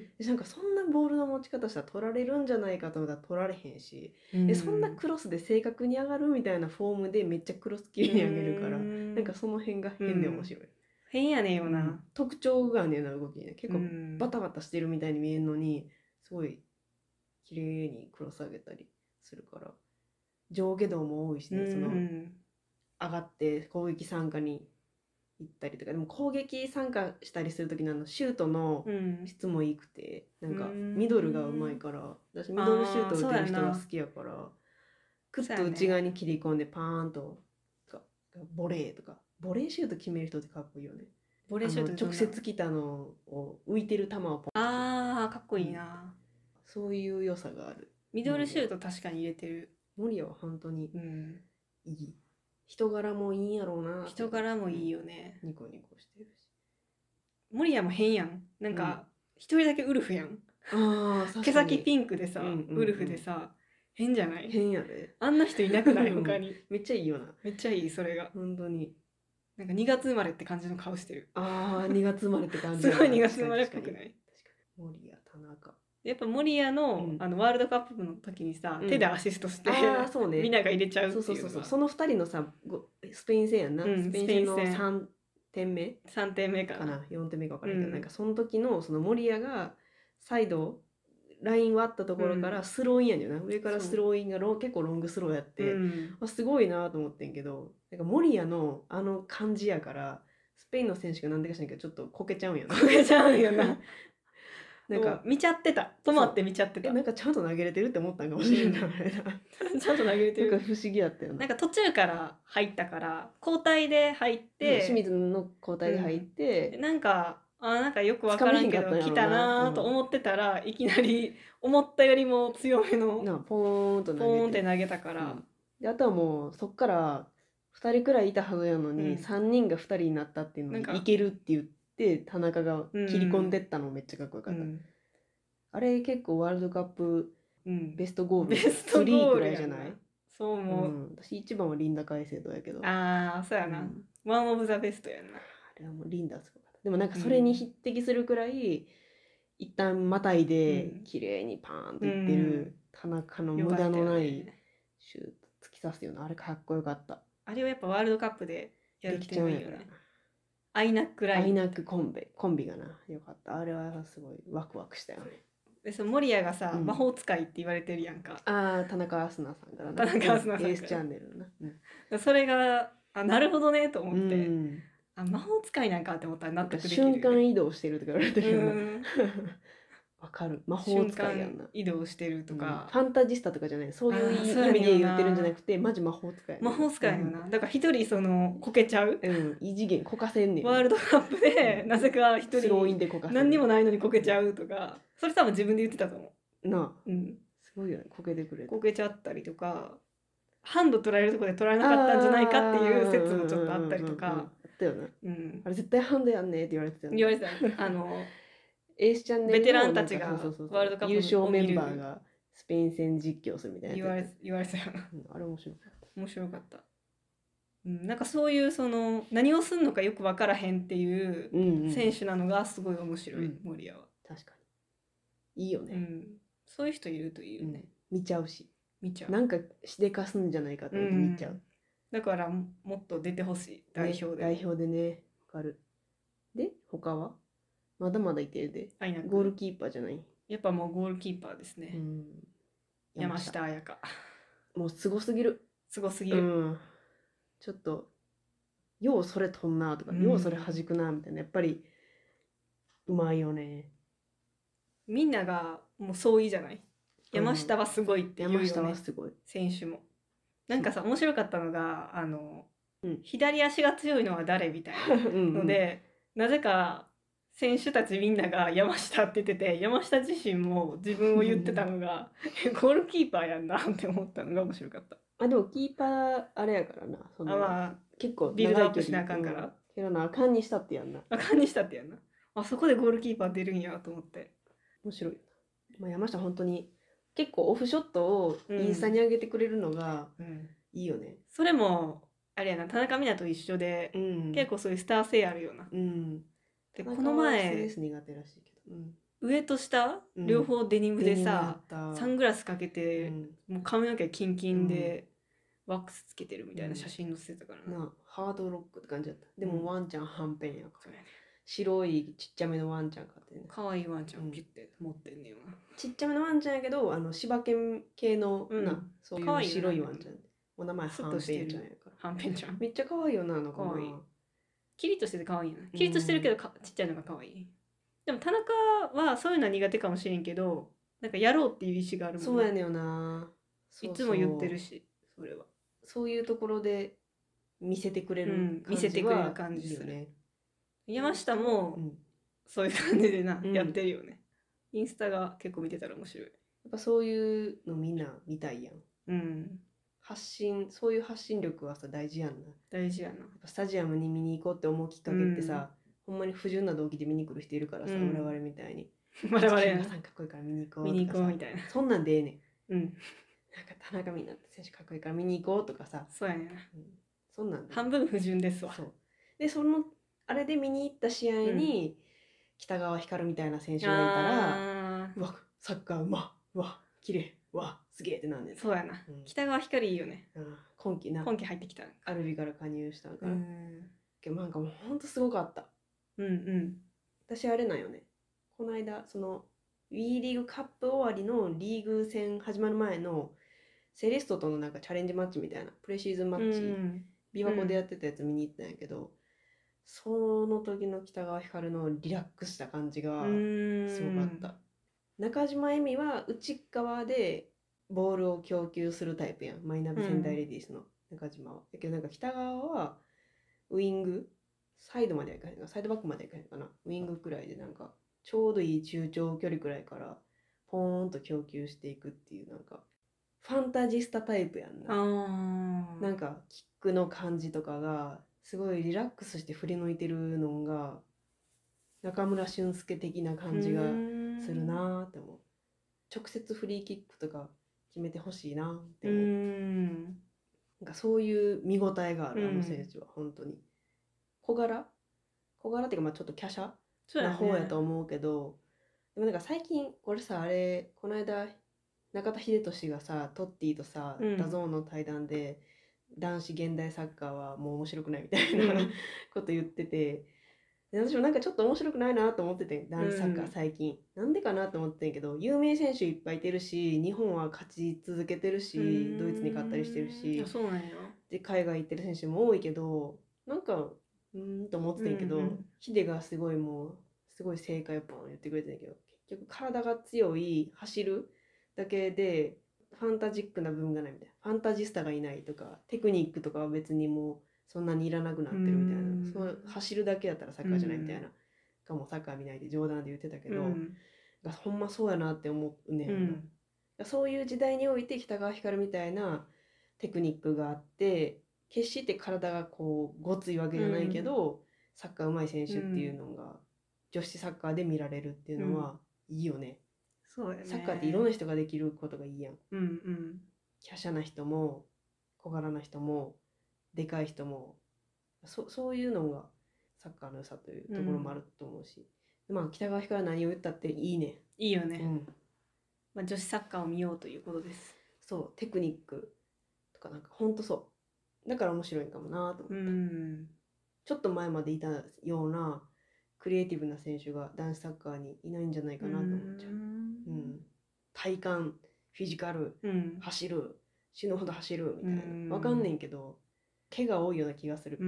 なんかそんなボールの持ち方したら取られるんじゃないかと思ったら取られへんし、うん、でそんなクロスで正確に上がるみたいなフォームでめっちゃクロスきれいに上げるから、うん、なんかその辺が変で面白い、うん、 変やねんよな、うん、 特徴がねえな動きね結構バタバタしてるみたいに見えるのにすごい綺麗にクロス上げたりするから上下動も多いしね、うん、その上がって攻撃参加に行ったりとかでも攻撃参加したりする時のあのシュートの質もいいくて、うん、なんかミドルがうまいから私ミドルシュート打てる人が好きやからクッと内側に切り込んでパーンとボレーとかボレーシュート決める人ってかっこいいよね。ボレーシュート直接来たのを浮いてる球をポンとあーかっこいいな、うん、 そういう良さがある。 ミドルシュート確かに入れてる。 守谷は本当にいい、 人柄もいいんやろうな。 人柄もいいよね。 ニコニコしてるし。 守谷も変やん。なんか一、うん、人だけウルフやん。 ああ、 毛先ピンクでさ、 うんうんうん、 ウルフでさ、変じゃない？ 変やで。 あんな人いなくない他に。 めっちゃいいよな。 めっちゃいい、それが。 本当に。 なんかにがつ生まれって感じの顔してる。 ああ、にがつ生まれって感じ。 すごいにがつ生まれっぽくない？ 確かに。守谷、田中。 やっぱ守谷の、うん、あのワールドカップの時にさ、うん、手でアシストして、あ、そうね、みんなが入れちゃうっていうのが。 そうそうそう、そのふたりのさ、スペイン戦やんな、うん、スペイン戦のさんてんめさんてんめかな、 かなよんてんめか分からんけど、うん、なんかその時のその守谷がサイドライン割ったところからスローインやねんな、うん、上からスローインがロ結構ロングスローやって、うん、あすごいなと思ってんけど、なんか守谷のあの感じやからスペインの選手がなんでかしらんけどちょっとこけちゃうんやな。 こけちゃうんよな。なんか見ちゃってた、止まって見ちゃってた。 えなんかちゃんと投げれてるって思ったんかもしれない、うん、 ちゃんと投げれてる。 なんか不思議やったよな。 なんか途中から入ったから交代で入って、 清水の交代で入って、 うん、なんかあなんかよく分からんけど来たなと思ってたら、うん、いきなり思ったよりも強めのなポーンと投げて、 ポーンって投げたから、うん、 であとはもうそっからふたりくらいいたはずやのに、うん、さんにんがふたりになったっていうのにいけるって言って田中が切り込んでったのめっちゃかっこよかった、うん、あれ結構ワールドカップベストゴールスリーくらいじゃない？ そう思う、うん、 私一番はリンダ・カイセドやけど、 ああそうやな、うん、ワンオブザベストやな。 あれはもうリンダすごかった。でもなんかそれに匹敵するくらい、うん、一旦またいで綺麗にパーンといってる田中の無駄のないシュート突き刺すような、あれかっこよかった。 あれをやっぱワールドカップでやるってもいいよね。アイナックライン、 アイナックコンビコンビがなよかった。あれはすごいワクワクしたよね。 でその守谷がさ、うん、魔法使いって言われてるやんか。 ああ田中明日菜さんからな。 田中明日菜さんから、 エースチャンネルな、 うん、それがあなるほどねと思って、うん、あ魔法使いなんかって思ったら納得できる、ね、 瞬間移動してるとか言われてるよな。わかる、魔法使いやんな。 移動してるとか、 うん、ファンタジスタとかじゃない、そういう意味で言ってるんじゃなくてマジ魔法使いやな。魔法使いやな、うん、だから一人そのこけちゃう、 うん、異次元こかせんねん。 ワールドカップでなぜか一人スローインでこかせん、 何にもないのにこけちゃうとか、それ多分自分で言ってたと思うなあ、 うん、 すごいよね、こけてくれる。 こけちゃったりとか、ハンド取られるところで取られなかったんじゃないかっていう説もちょっとあったりとか、 あったよな、 うん、 あれ絶対ハンドやんねって言われてたよね。 言われてたあのエースチャンネルのベテランたちがワールドカップ優勝メンバーがスペイン戦実況するみたいな言われ言われてたよな、 うん、あれ面白かった。 面白かった、うん、なんかそういうその何をすんのかよく分からへんっていう選手なのがすごい面白い、うん、守谷は。 確かにいいよね、 うん、そういう人いるといいよね、 うん、見ちゃうし見ちゃう、 なんかしでかすんじゃないかと思って見ちゃう、うん、 だからもっと出てほしい、代表で、 ね、代表でね、わかる。で他はまだまだいてるで、ゴールキーパーじゃない、 やっぱもうゴールキーパーですね、うん、山下彩香もうすごすぎる、 すごすぎる、うん、 ちょっとようそれとんなとか、うん、ようそれ弾くなみたいな、やっぱりうまいよね。みんながもうそういいじゃない、山下はすごいっていうよね、 山下はすごい、 選手もなんかさ面白かったのがあの、うん、左足が強いのは誰みたいなのでうん、うん、なぜか選手たちみんなが山下って言ってて、山下自身も自分を言ってたのがゴールキーパーやんなって思ったのが面白かった。 あでもキーパーあれやからな、そのあ、まあ、結構ビルドアップしなあかんから、 けどなあかんにしたってやんな、 あかんにしたってやんな、あそこでゴールキーパー出るんやと思って面白い。まあ、山下本当に結構オフショットをインスタに上げてくれるのがいいよね、うんうん、 それもあれやな、田中美奈と一緒で、うん、結構そういうスター性あるよな、うん、でこの前苦手らしいけど、 うん、上と下、うん、両方デニムでさ、サングラスかけて、うん、もう髪の毛キンキンで、ワックスつけてるみたいな写真載せてたからな、 なハードロックって感じだった。でもワンちゃんはんぺんやから、ね、白いちっちゃめのワンちゃん買ってね、 かわいいワンちゃんピュッて持ってんねんわ、 ちっちゃめのワンちゃんやけど、あの柴犬系の、うん、なそういう白いワンちゃんで、お名前はんぺんちゃんやから、 はんぺんちゃんめっちゃ可愛いよな、あの子。 可愛い。キリッとしてて可愛いな。キリッとしてるけどか、ちっちゃいのが可愛い。でも田中はそういうのは苦手かもしれんけど、なんかやろうっていう意思があるもんね。 そうやねんよな。 いつも言ってるし、それは。 そういうところで見せてくれる感じは、 うん、見せてくれる感じするね。山下も、うん、そういう感じでな、うん、やってるよね。インスタが結構見てたら面白い。 やっぱそういうのみんな見たいやん。 うん。 発信そういう発信力はさ大事やんな。 大事やな。 やっぱスタジアムに見に行こうって思うきっかけってさ、うん、ほんまに不純な動機で見に来る人いるからさ、うん、我々みたいに我々がさんかっこいいから見に行こうとかさ、見に行こうみたいな、そんなんでええねん。うん。なんか田中みなって選手かっこいいから見に行こうとかさ、 そうやねんな。 うん、そんなん半分不純ですわ。 そうでそのあれで見に行った試合に、うん、北川光みたいな選手がいたら、うわサッカーうまうわ綺麗うわすげえってなんねん。 そうやな、うん、北川光いいよね、 うん、今季な今季入ってきたアルビから加入したんから、うん、なんかもうほんとすごかった。 うんうん。 私あれなんよね、この間その WE リーグカップ終わりのリーグ戦始まる前のセレストとのなんかチャレンジマッチみたいなプレシーズンマッチ、うん、琵琶湖でやってたやつ見に行ったんやけど、うん、その時の北川光のリラックスした感じがすごかった。中島恵美は内側でボールを供給するタイプやん、マイナビ仙台レディースの中島は。だけどなんか北川はウイングサイドまではいかへんか、サイドバックまではいかへんかな、ウイングくらいでなんかちょうどいい中長距離くらいからポーンと供給していくっていう、なんかファンタジスタタイプやんな。 あなんかキックの感じとかがすごいリラックスして振り抜いてるのが中村俊輔的な感じがするなって思う。直接フリーキックとか決めてほしいなって思う。うんなんかそういう見応えがある、あの選手は本当に小柄小柄っていうか、まあちょっと華奢な方やと思うけど、でもなんか最近俺さ、あれこの間中田英寿がさトッティとさ、うん、ダゾーンの対談で男子現代サッカーはもう面白くないみたいな、うん、こと言ってて、私もなんかちょっと面白くないなと思ってて、男子サッカー最近、うん、なんでかなと思ってんけど、有名選手いっぱいいてるし、日本は勝ち続けてるし、ドイツに勝ったりしてるし、 そうなんや。 で海外行ってる選手も多いけど、なんかうーんと思ってたんやけど、うんうん、ヒデがすごいもうすごい正解ポン言ってくれてんやけど、結局体が強い走るだけでファンタジックな部分がないみたいな、ファンタジスタがいないとかテクニックとかは別にもうそんなにいらなくなってるみたいな、そう走るだけやったらサッカーじゃないみたいな、かもサッカー見ないで冗談で言ってたけど、うん、ほんまそうやなって思うね、うん、そういう時代において北川光みたいなテクニックがあって、決して体がこうごついわけじゃないけど、うん、サッカー上手い選手っていうのが女子サッカーで見られるっていうのはいいよね。 そうやね。 サッカーっていろんな人ができることがいいやん。 うんうん。 華奢な人も小柄な人もでかい人も、そそういうのがサッカーの良さというところもあると思うし、うん、まあ北川光は何を言ったっていいね。 いいよね。うん、まあ、女子サッカーを見ようということです。 そうテクニックとかなんかほんとそうだから面白いかもなと思った。うん、ちょっと前までいたようなクリエイティブな選手が男子サッカーにいないんじゃないかなと思っちゃう。うん、体幹フィジカル、うん、走る死ぬほど走るみたいな、わかんねんけど毛が多いような気がする。うん、うん、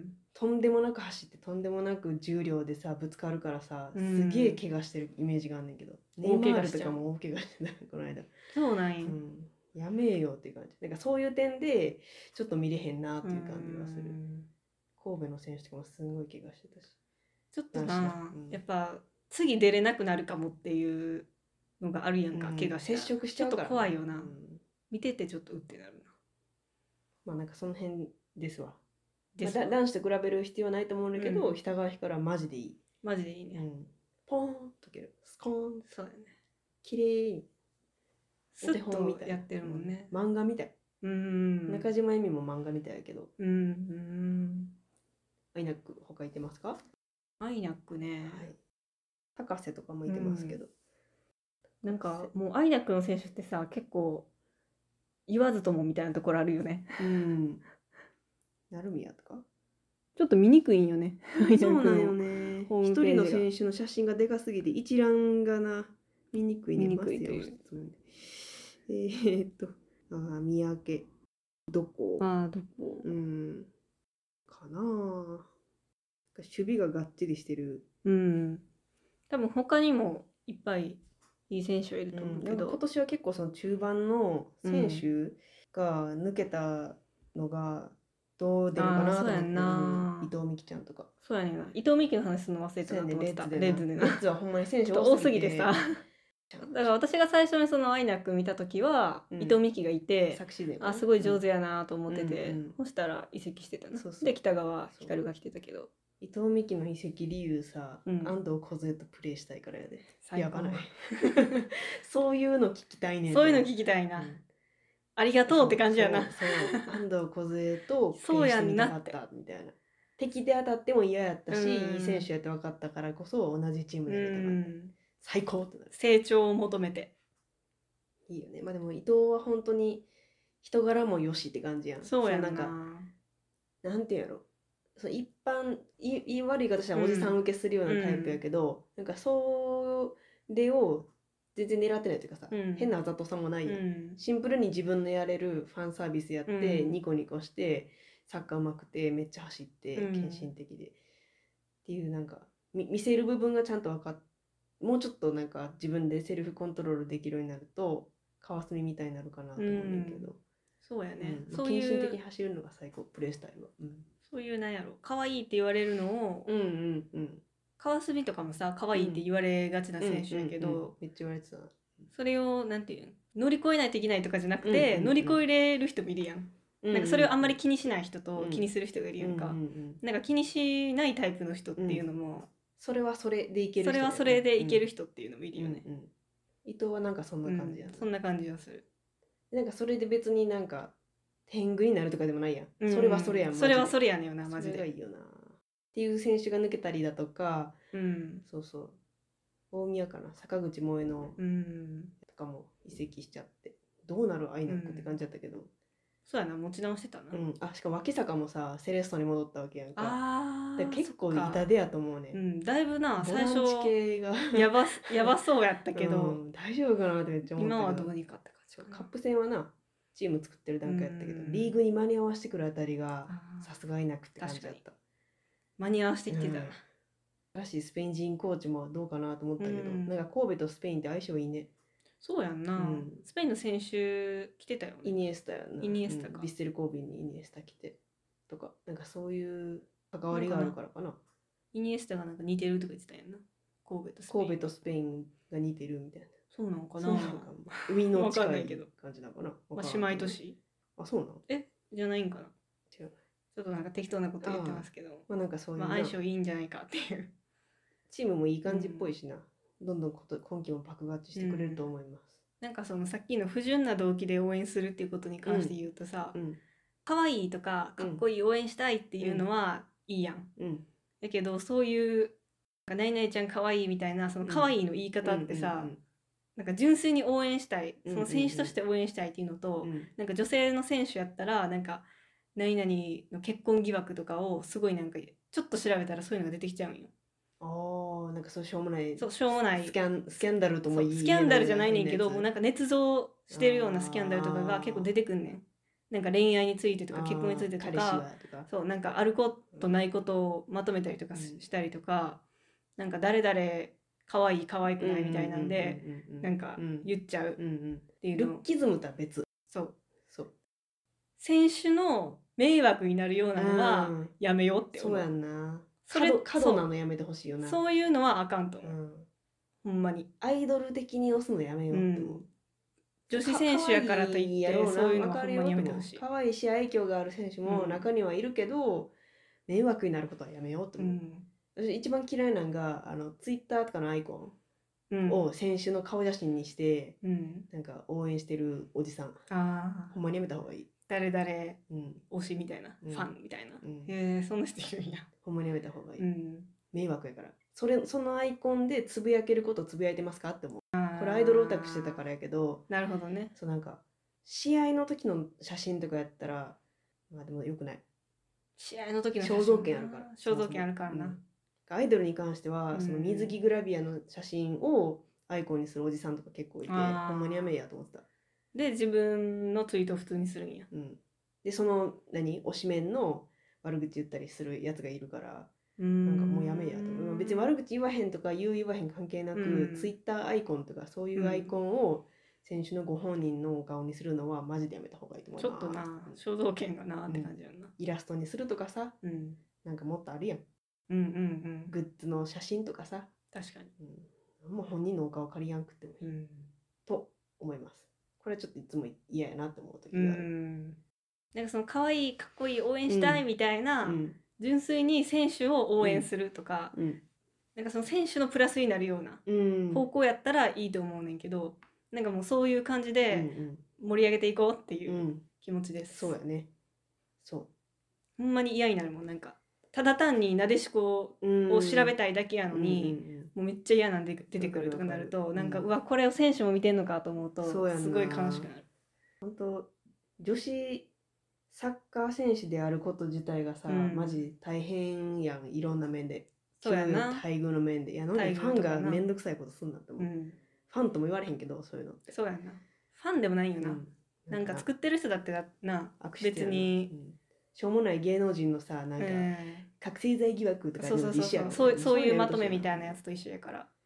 とんでもなく走ってとんでもなく重量でさぶつかるからさ、すげえ怪我してるイメージがあんねんけど、ネイマールとかも大怪我してたこの間。 そうなんや、うん、 やめえよっていう感じ。なんかそういう点でちょっと見れへんなっていう感じがする。神戸の選手とかもすごい怪我してたし、 ちょっとな、うん、やっぱ次出れなくなるかもっていうのがあるやんか、うん、怪我して接触しちゃうから、ね、 ちょっと怖いよな、うん、見ててちょっとうってなるな。 まあなんかその辺ですわ。ですわ、まあ、男子と比べる必要はないと思うんだけど、うん、北川光はマジでいい。 マジでいいね、うん、 ポーンとける、スコーン、 そうだね、 綺麗にスッとやってるもんね、 うん、漫画みたい。うん、中島恵美も漫画みたいやけど、うんうん、アイナック他いてますか？ アイナックね、 はい、高瀬とかもいてますけど、 うん、なんかもうアイナックの選手ってさ結構言わずともみたいなところあるよね。うん。 成宮とかちょっと見にくいんよね。 そうなんよね。一人の選手の写真がでかすぎて一覧がな見にくいね。 見にくいという。 えー、っとあ三宅どこ？ ああどこ？ うんかな。守備ががっちりしてる。 うん。多分他にもいっぱいいい選手はいると思うけど、 うん、今年は結構その中盤の選手が抜けたのがどう出るかなと思って、うん、伊藤美希ちゃんとか。 そうやねんな。伊藤美希の話するの忘れてたなと思ってた。 レッズでな。レッズはほんまに選手多すぎてさだから私が最初にそのアイナック見た時は、 うん伊藤美貴がいて、 作詞であすごい上手やなと思ってて、 うんうんそしたら移籍してたな。 そうそうで北川光が来てたけど、 伊藤美貴の移籍理由さ、 うん安藤梢とプレイしたいからやで。 最高やばない。そういうの聞きたいねんとそういうの聞きたいな、 うんありがとうって感じやな。 そうそうそう安藤梢とプそうやレイしてみたんなってかったみたいな。敵で当たっても嫌やったし、 うんいい選手やって分かったからこそ同じチームうでやりたかった。 ん最高ってなる。 成長を求めて。 いいよね。まあでも伊藤は本当に人柄もよしって感じやん。 そうやんな。 なんかなんていうんやろ。そう一般い言い悪い方したらおじさん受けするようなタイプやけど、なんかそれを全然狙ってないというかさ、 うん変なあざとさもないやん。 うんシンプルに自分のやれるファンサービスやって、 うんニコニコしてサッカーうまくてめっちゃ走ってうん献身的で、っていうなんかみ見せる部分がちゃんと分かっもうちょっとなんか自分でセルフコントロールできるようになると川澄みたいになるかなと思うねんけど、 そうやね、 うんまあそうい献身的にう走るのが最高プレースタイルは、うん、 そういうなんやろ可愛いって言われるのを、 うんうんうん川澄とかもさ可愛いって言われがちな選手やけど、 うんうんうんめっちゃ言われてたな。 それをなんていうん乗り越えないといけないとかじゃなくて、 うんうんうん乗り越えれる人もいるやん、なんかそれをあんまり気にしない人とうん気にする人がいるやんか、 うんうんうんなんか気にしないタイプの人っていうのも、 それはそれでいける人だよね、 それはそれでいける人っていうのもいるよね、 うんうんうん伊藤はなんかそんな感じやな、 うんそんな感じがする、 なんかそれで別になんか天狗になるとかでもないやん、 うんそれはそれやんそれはそれれやねんよなマジで、 それがいいよなっていう選手が抜けたりだとか、 うんそうそう大宮かな坂口萌のうんとかも移籍しちゃってどうなるアイナックって感じだったけど、 そうやな持ち直してたな、 うんあしかも脇坂もさセレッソに戻ったわけやんか、 あーだから結構そっか痛手やと思うね、 うんだいぶなボ最初ランチ系がやばやばそうやったけど、 うん大丈夫かなってめっちゃ思ったけど今はどうにかって感じかなカップ戦はなチーム作ってる段階やったけど、 うんリーグに間に合わせてくるあたりがあーさすがいなくって感じだった。 間に合わせてきてたな、 うんらしいスペイン人コーチもどうかなと思ったけど、 うんなんか神戸とスペインって相性いいね。 そうやんな、 うんスペインの選手来てたよねイニエスタやな。 イニエスタかうんビッセル神戸にイニエスタ来てとか、なんかそういう関わりがあるからかな。 イニエスタがなんか似てるとか言ってたやんな神戸とスペイン神戸とスペインが似てるみたいな。 そうなのかなそうなのかも。海のわか近んないいけど感じなのかな。 まあ、 わからんけど姉妹都。市あ、そうなのえじゃないんかな違う。 ちょっとなんか適当なこと言ってますけどまあなんかそういうまあな相性いいんじゃないかっていうチームもいい感じっぽいしな。どんどんこと今季も爆勝ちしてくれると思います。 なんかそのさっきの不純な動機で応援するっていうことに関して言うとさ、 うん可愛いとかかっこいい応援したいっていうのはいいやん、 うんだけどそういうなんか何々ちゃん可愛いみたいなその可愛いの言い方ってさ、 うんなんか純粋に応援したいうんその選手として応援したいっていうのと、 うんうんなんか女性の選手やったらなんか何々の結婚疑惑とかをすごいなんかちょっと調べたらそういうのが出てきちゃうんよ。 ああなんかそうしょうもないそうしょうもないスキャンスキャンダルともそう言いスキャンダルじゃないねんけど変もうなんか捏造してるようなスキャンダルとかが結構出てくんねん。なんか恋愛についてとか結婚についてと彼氏はかとかそうなんかあることないことをまとめたりとかしうんしたりとか、なんか誰々可愛い可愛くないみたいなんでなんか言っちゃううんうんっていうのをルッキズムとは別そうそう選手の迷惑になるようなのはうんやめようって思そううやんなそれ角角なのやめてほしいよなそういうのはあかんと思う、 うんほんまに、 アイドル的に押すのやめようって思う、 女子選手やからといってそういうのはほんまにやめてほしい、 可愛いし愛嬌がある選手も中にはいるけど、迷惑になることはやめようって思う、 うん私一番嫌いなのがあのツイッターとかのアイコうんンを選手の顔写真にして、 うん、 なんか応援してるおじさんあほんまにやめた方がいい、 誰々 うん推しみたいな、 うんファンみたいな、 うんへえそんな人いるんや、 ほんまにやめた方がいい、 うん、 迷惑やからそれそのアイコンでつぶやけることつぶやいてますかって思うあーこれアイドルオタクしてたからやけどなるほどね、 そうなんか試合の時の写真とかやったらまあでもよくない試合の時の肖像権あるから肖像権あるからな、 うんアイドルに関しては、 うんその水着グラビアの写真をアイコンにするおじさんとか結構いてあーほんまにやめえやと思ってた、 で自分のツイートを普通にするんや、 うん、でその何推しメンの悪口言ったりするやつがいるからななんかもうやめえやと思う別に悪口言わへんとか言う言わへん関係なく、 うんツイッターアイコンとかそういうアイコンを選手のご本人のお顔にするのはマジでやめた方がいいと思いますちょっとな肖像権がなって感じやんな、 イラストにするとかさうん、 なんかもっとあるやんうんうんうんグッズの写真とかさ、 確かにうん、 もう本人のお顔借りやんくてもいい、 うん、 と思います。これはちょっといつも嫌やなって思う時うがある。 ん、なんかその可愛いかっこいい応援したいみたいな、 うん、 純粋に選手を応援するとか、 うん、 なんかその選手のプラスになるようなうん、 方向やったらいいと思うねんけど、なんかもうそういう感じうん、 で盛り上げていこうっていううん、 気持ちです。 そうやね。そう。 ほんまに嫌になるもん。なんかただ単になでしこを調べたいだけやのに、 うんうんうん、 もうめっちゃ嫌なんで出てくるとかなると、 わかるわかる、 なんか、 うん、 うわこれを選手も見てんのかと思うとそうやんな、 すごい悲しくなる。 本当女子サッカー選手であること自体がさ、 うんマジ大変やん、いろんな面で。 そうやな。 待遇の面で。いや、なんでファンが待遇とかなめんどくさいことすんなって思う。 うん、 ファンとも言われへんけど、そういうのって。 そうやな。ファンでもないよな。 うんなんか作ってる人だってな、 悪質やな、 別に、 うん、しょうもない芸能人のさ、なんか、 うん覚醒剤疑惑とかそうそうそうそうそうそういうまとめみたいなやつと一緒やから。 はい、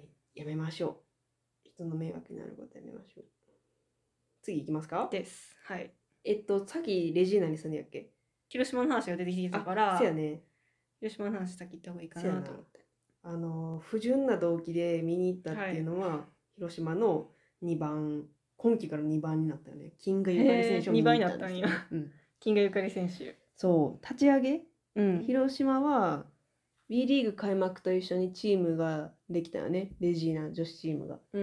やめましょう。人の迷惑になることやめましょう。次行きますか。 です。はい。 えっと、さっきレジーナにすんのやっけ。 広島の話が出てきてたから、 そうやね。 広島の話先言った方がいいかなと思って。 あの不純な動機で見に行ったっていうのは、はい、広島のにばん、今季からにばんになったよね。金賀ゆかり選手を見に行ったんですよ。 にばんになったんや。うん、金賀ゆかり選手。 そう、立ち上げ、 うん、 広島は B リーグ開幕と一緒にチームができたよね。レジーナ女子チームが。 うん、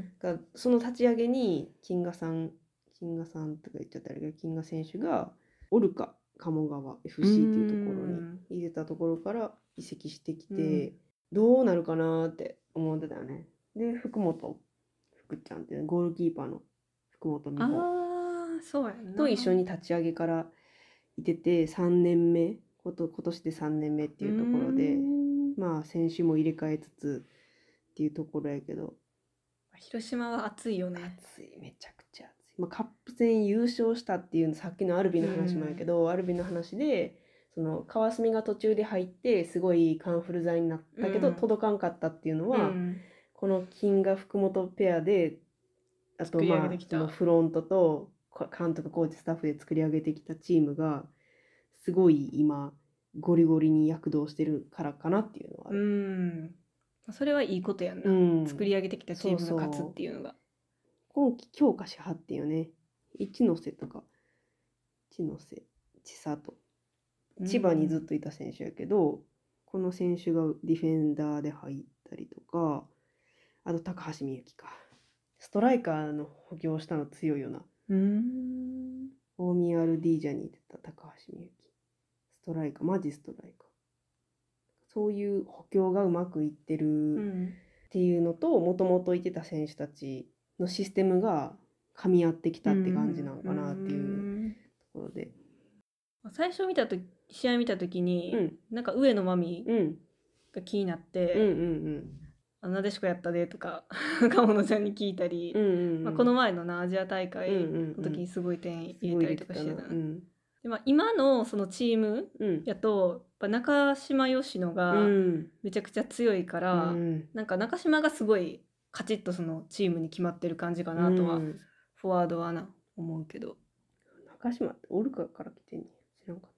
がその立ち上げに金賀さん、金賀さんとか言っちゃったらあれけど、金賀選手がオルカ鴨川 エフシー っていうところに入れたところから移籍してきて、うん、どうなるかなって思ってたよね。で、福本福ちゃんっていうゴールキーパーの福本美穂、 あそうやなと一緒に立ち上げからいててさんねんめ、こと今年でさんねんめっていうところで、まあ選手も入れ替えつつっていうところやけど、 広島は熱いよね。 熱い、めちゃくちゃ熱い。まあ、カップ戦優勝したっていうさっきのアルビの話もやけど、アルビの話でその川澄が途中で入ってすごいカンフル剤になったけど、うん、届かんかったっていうのは、うん、この金賀福本ペアで、あとまあそのフロントと監督コーチスタッフで作り上げてきたチームがすごい今ゴリゴリに躍動してるからかなっていうのはある。 うんそれはいいことやんな、うん、作り上げてきたチームが勝つっていうのが今季強化しはってよね。一ノ瀬とか一ノ瀬千里、千葉にずっといた選手やけど、うん、この選手がディフェンダーで入ったりとか、あと高橋美幸か、ストライカーの補強したの強いよな。 うーん大宮アルディージャにいてた高橋美幸、ストライカー、マジストライカー。そういう補強がうまくいってるっていうのと、もともといてた選手たちのシステムが噛み合ってきたって感じなのかなっていうところで、 最初見たと試合見た時に、うん、なんか上野真美が気になって、うんうんうんあなでしこやったでとか鴨野ちゃんに聞いたり、うんうんうんまあ、この前のなアジア大会の時にすごい点入れたりとかしてた、うんうん、で、まあ、今のそのチームやと、うん、やっぱ中島よしのがめちゃくちゃ強いから、うん、なんか中島がすごいカチッとそのチームに決まってる感じかなとは、うん、フォワードはな思うけど。 中島ってオルカから来てんね知らんかった。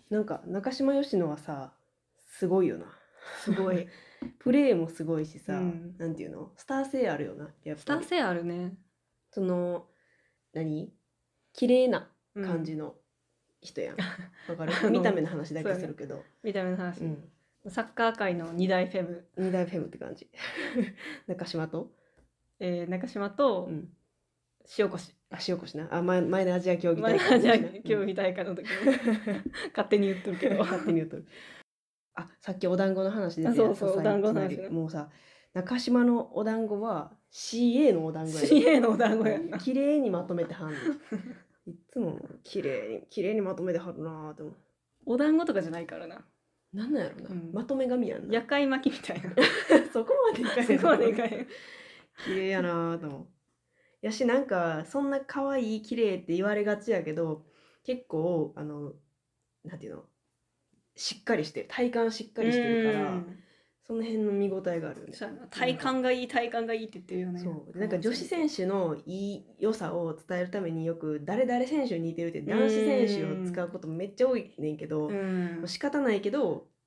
なんか中島よしのはさすごいよな。 すごいプレーもすごいしさ、うん、なんていうのスター性あるよな。やっぱりスター性あるね。 その何綺麗な感じの人やん、わかる見た目の話だけするけど、ね、 見た目の話、うん、サッカー界の二大フェム二大フェムって感じ中島と、 えー、中島と、うん、塩越あ塩越なあ 前, 前のアジア競技大会前のアジア競技大会の時に、うん、勝手に言っとるけど勝手に言っとる。あさっきお団子の話出てた。 そうそうお団子の話、 ね、もうさ中島のお団子は シーエー のお団子や、ね、 シーエー のお団子やんな。 綺麗にまとめてはんのいつも綺麗に綺麗にまとめてはるなーって思う。 お団子とかじゃないからな。 なんなんやろな、うん、まとめ紙やんな。 夜会巻きみたいなそこまでいかへん。 そこまでいかへん。 綺麗やなーと思う。やしなんかそんな可愛い綺麗って言われがちやけど結構あのなんていうのしっかりしてる体幹しっかりしてるからその辺の見応えがあるよね。 体幹がいい体幹がいいって言ってるよね。 そうなんか女子選手のいい良さを伝えるためによく誰々選手に似てるって男子選手を使うことめっちゃ多いねんけど、仕方ないけど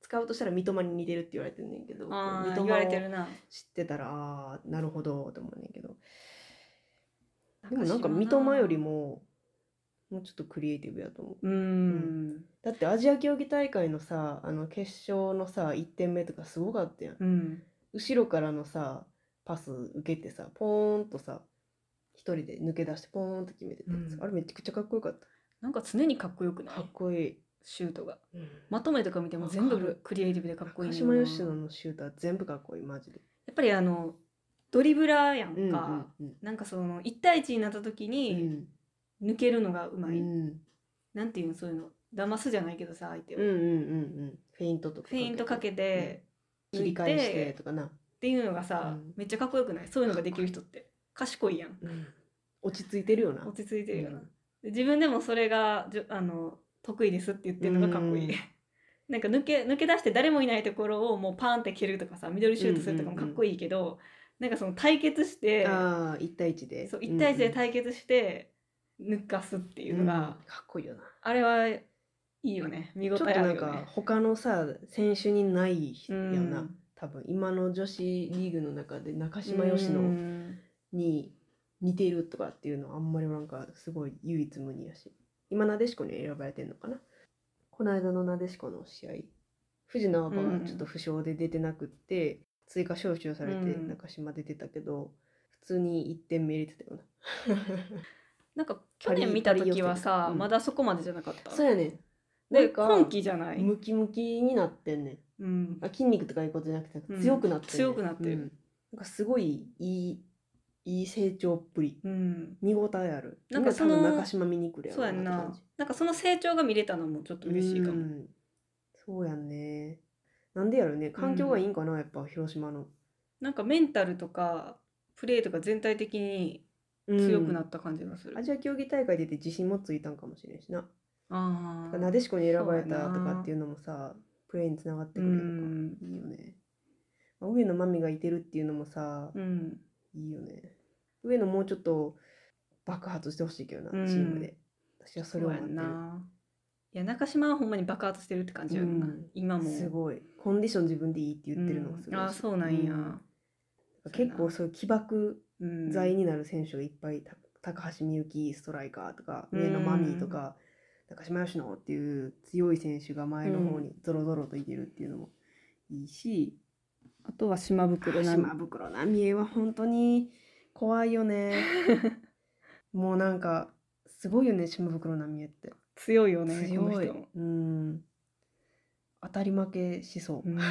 使うとしたら三笘に似てるって言われてるねんけど、 あ三笘ー言われてをるな。 知ってたらあーなるほどと思うねんけど、でも中島なんか三笘よりももうちょっとクリエイティブやと思う。 うーんだってアジア競技大会のさ、あの決勝のさいってんめとかすごかったやん。 うん後ろからのさパス受けてさポーンとさ一人で抜け出してポーンと決めてたやつ、 うんあれめちゃくちゃかっこよかった。 なんか常にかっこよくないかっこいい。 シュートが。 うんまとめとか見ても全わかる部クリエイティブでかっこいい中ねんな。 島義野のシュートは全部かっこいいマジで。 やっぱりあのドリブラーやんか、 うんうんうんなんかそのいち対いちになった時うにん抜けるのがうまい、 うんなんていうのそういうの騙すじゃないけどさ相手を、 うんうんうんフェイントとかフェイントかけて切り返してとかな、 っていうのがさ、 うんめっちゃかっこよくない？そういうのができる人って賢いやん。 うん落ち着いてるよな。 落ち着いてるよな、 うんで自分でもそれがじょあの得意ですって言ってるのがかっこいい、 うんなんか抜け抜け出して誰もいないところをもうパーンって蹴るとかさミドルシュートするとかもかっこいいけど、なんかその対決してああいち対いちでそういち対いちで対決して抜かすっていうのが、 うんかっこいいよな。 あれはいいよね、見応ちょっえあとなんかるよね。 他のさ選手にないやうんな、多分今の女子リーグの中で中島義う野んに似てるとかっていうのはあんまりなんかすごい唯一無二やし、今なでしこに選ばれてんのかな。この間のなでしこの試合藤野パがちょっと負傷で出てなくって、うん、追加招集されて中島出てたけど、うん、普通にいってんめ入れてたよななんか去年見た時はさ、 うん、 まだそこまでじゃなかった。 そうやね。 で今季じゃないムキムキになってんねん、うん、あ筋肉とかいうことじゃなくて強くなってんねん、 強くなってる、うん、 なんかすごいいいいい成長っぷり、うん、見応えある。なんかその中島見に来るやろなって感じ。 なんかその成長が見れたのもちょっと嬉しいかも。 うん、そうやんね。なんでやろね、環境がいいんかな、うん、やっぱ広島の。 なんかメンタルとかプレーとか全体的に強くなった感じがする。 うん、アジア競技大会出て自信もついたんかもしれんしな。 あなでしこに選ばれたとかっていうのもさ、プレーにつながってくれるのか、うん、いいよね。上野真美がいてるっていうのもさ、うん、いいよね。上野もうちょっと爆発してほしいけどな、うん、チームで。私はそれを待ってる。 いや中島はほんまに爆発してるって感じやな、うん、今もすごいコンディション自分でいいって言ってるのがすごい、うん、 あそうなんや、 うん、結構そういう起爆剤になる選手がいっぱい、高橋美幸ストライカーとか上野真美とか、うん、中島義野っていう強い選手が前の方にゾロゾロといてるっていうのもいいし、 あとは島袋な島袋奈美恵は本当に怖いよねもうなんかすごいよね、島袋奈美恵って強いよね、 強い、うん、当たり負けしそう、うん、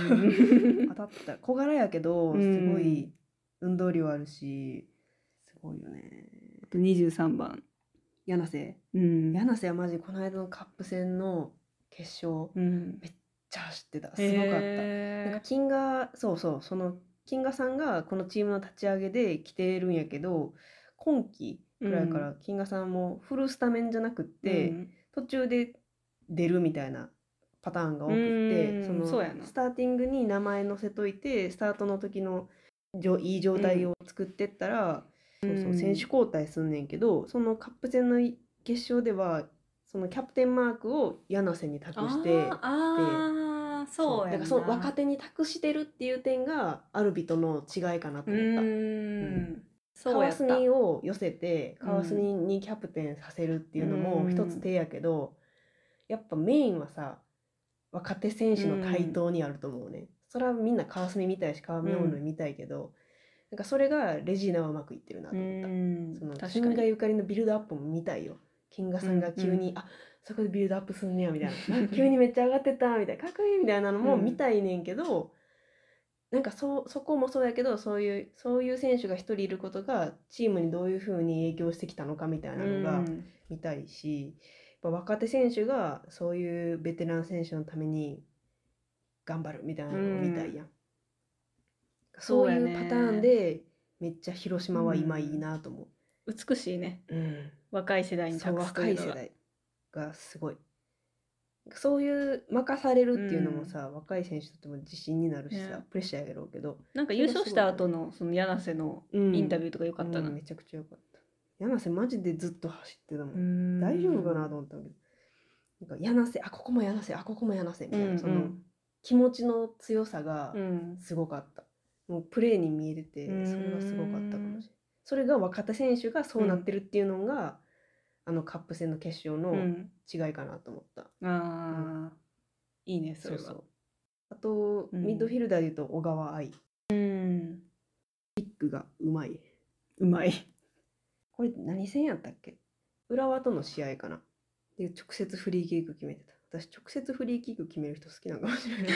当たった小柄やけどすごい運動量あるしすごいよね。 あとにじゅうさんばん柳瀬、 うん、 柳瀬はマジこの間のカップ戦の決勝、うん、めっちゃ走ってた、すごかった。なんか金賀そうそうその金賀さんがこのチームの立ち上げで来てるんやけど、今季くらいから金賀さんもフルスタメンじゃなくって、うん、途中で出るみたいなパターンが多くって、そのスターティングに名前載せといてスタートの時のいい状態を作ってったら、うん、そうそう選手交代すんねんけど、そのカップ戦の決勝ではそのキャプテンマークを柳瀬に託してああそうやな、 だからその若手に託してるっていう点がアルビとの違いかなと思った。うん、うん川澄を寄せて川澄にキャプテンさせるっていうのも一つ手やけど、やっぱメインはさ若手選手の台頭にあると思うね。それはみんな川澄見たいし川明の見たいけど、なんかそれがレジーナはうまくいってるなと思った。その金賀ゆかりのビルドアップも見たいよ。金賀さんが急に、うんうん、あそこでビルドアップすんねやみたいな急にめっちゃ上がってたみたいなかっこいいみたいなのも見たいねんけど、うんなんか そ, そこもそうやけどそういうそういう選手が一人いることがチームにどういう風に影響してきたのかみたいなのが見たいし、やっぱ若手選手がそういうベテラン選手のために頑張るみたいなのを見たいやん、うん、そういうパターンでめっちゃ広島は今いいなと思う、 うん、美しいね、うん、若い世代に託すというのが、 そう若い世代がすごいそういう任されるっていうのもさ、うん、若い選手とっても自信になるしさ、ね、プレッシャーやろうけど、 なんか優勝した後のその柳瀬のインタビューとか良かったな、 うんうん、めちゃくちゃ良かった。柳瀬マジでずっと走ってたもん、ん大丈夫かなと思ったけど、なんか柳瀬あここも柳瀬あここも柳瀬みたいな、うんうん、その気持ちの強さがうんすごかった、もうプレーに見えてて、 うんそれがすごかったかもしれない。それが若手選手がそうなってるっていうのが、あのカップ戦の決勝うのん違いかなと思った。 あーいいねそれは。 そうそう。あと、 うんミッドフィルダーでいうと小川愛うんキックがうまい。 うまい。 これ何戦やったっけ、浦和との試合かな。で直接フリーキック決めてた。私直接フリーキック決める人好きなのかもしれない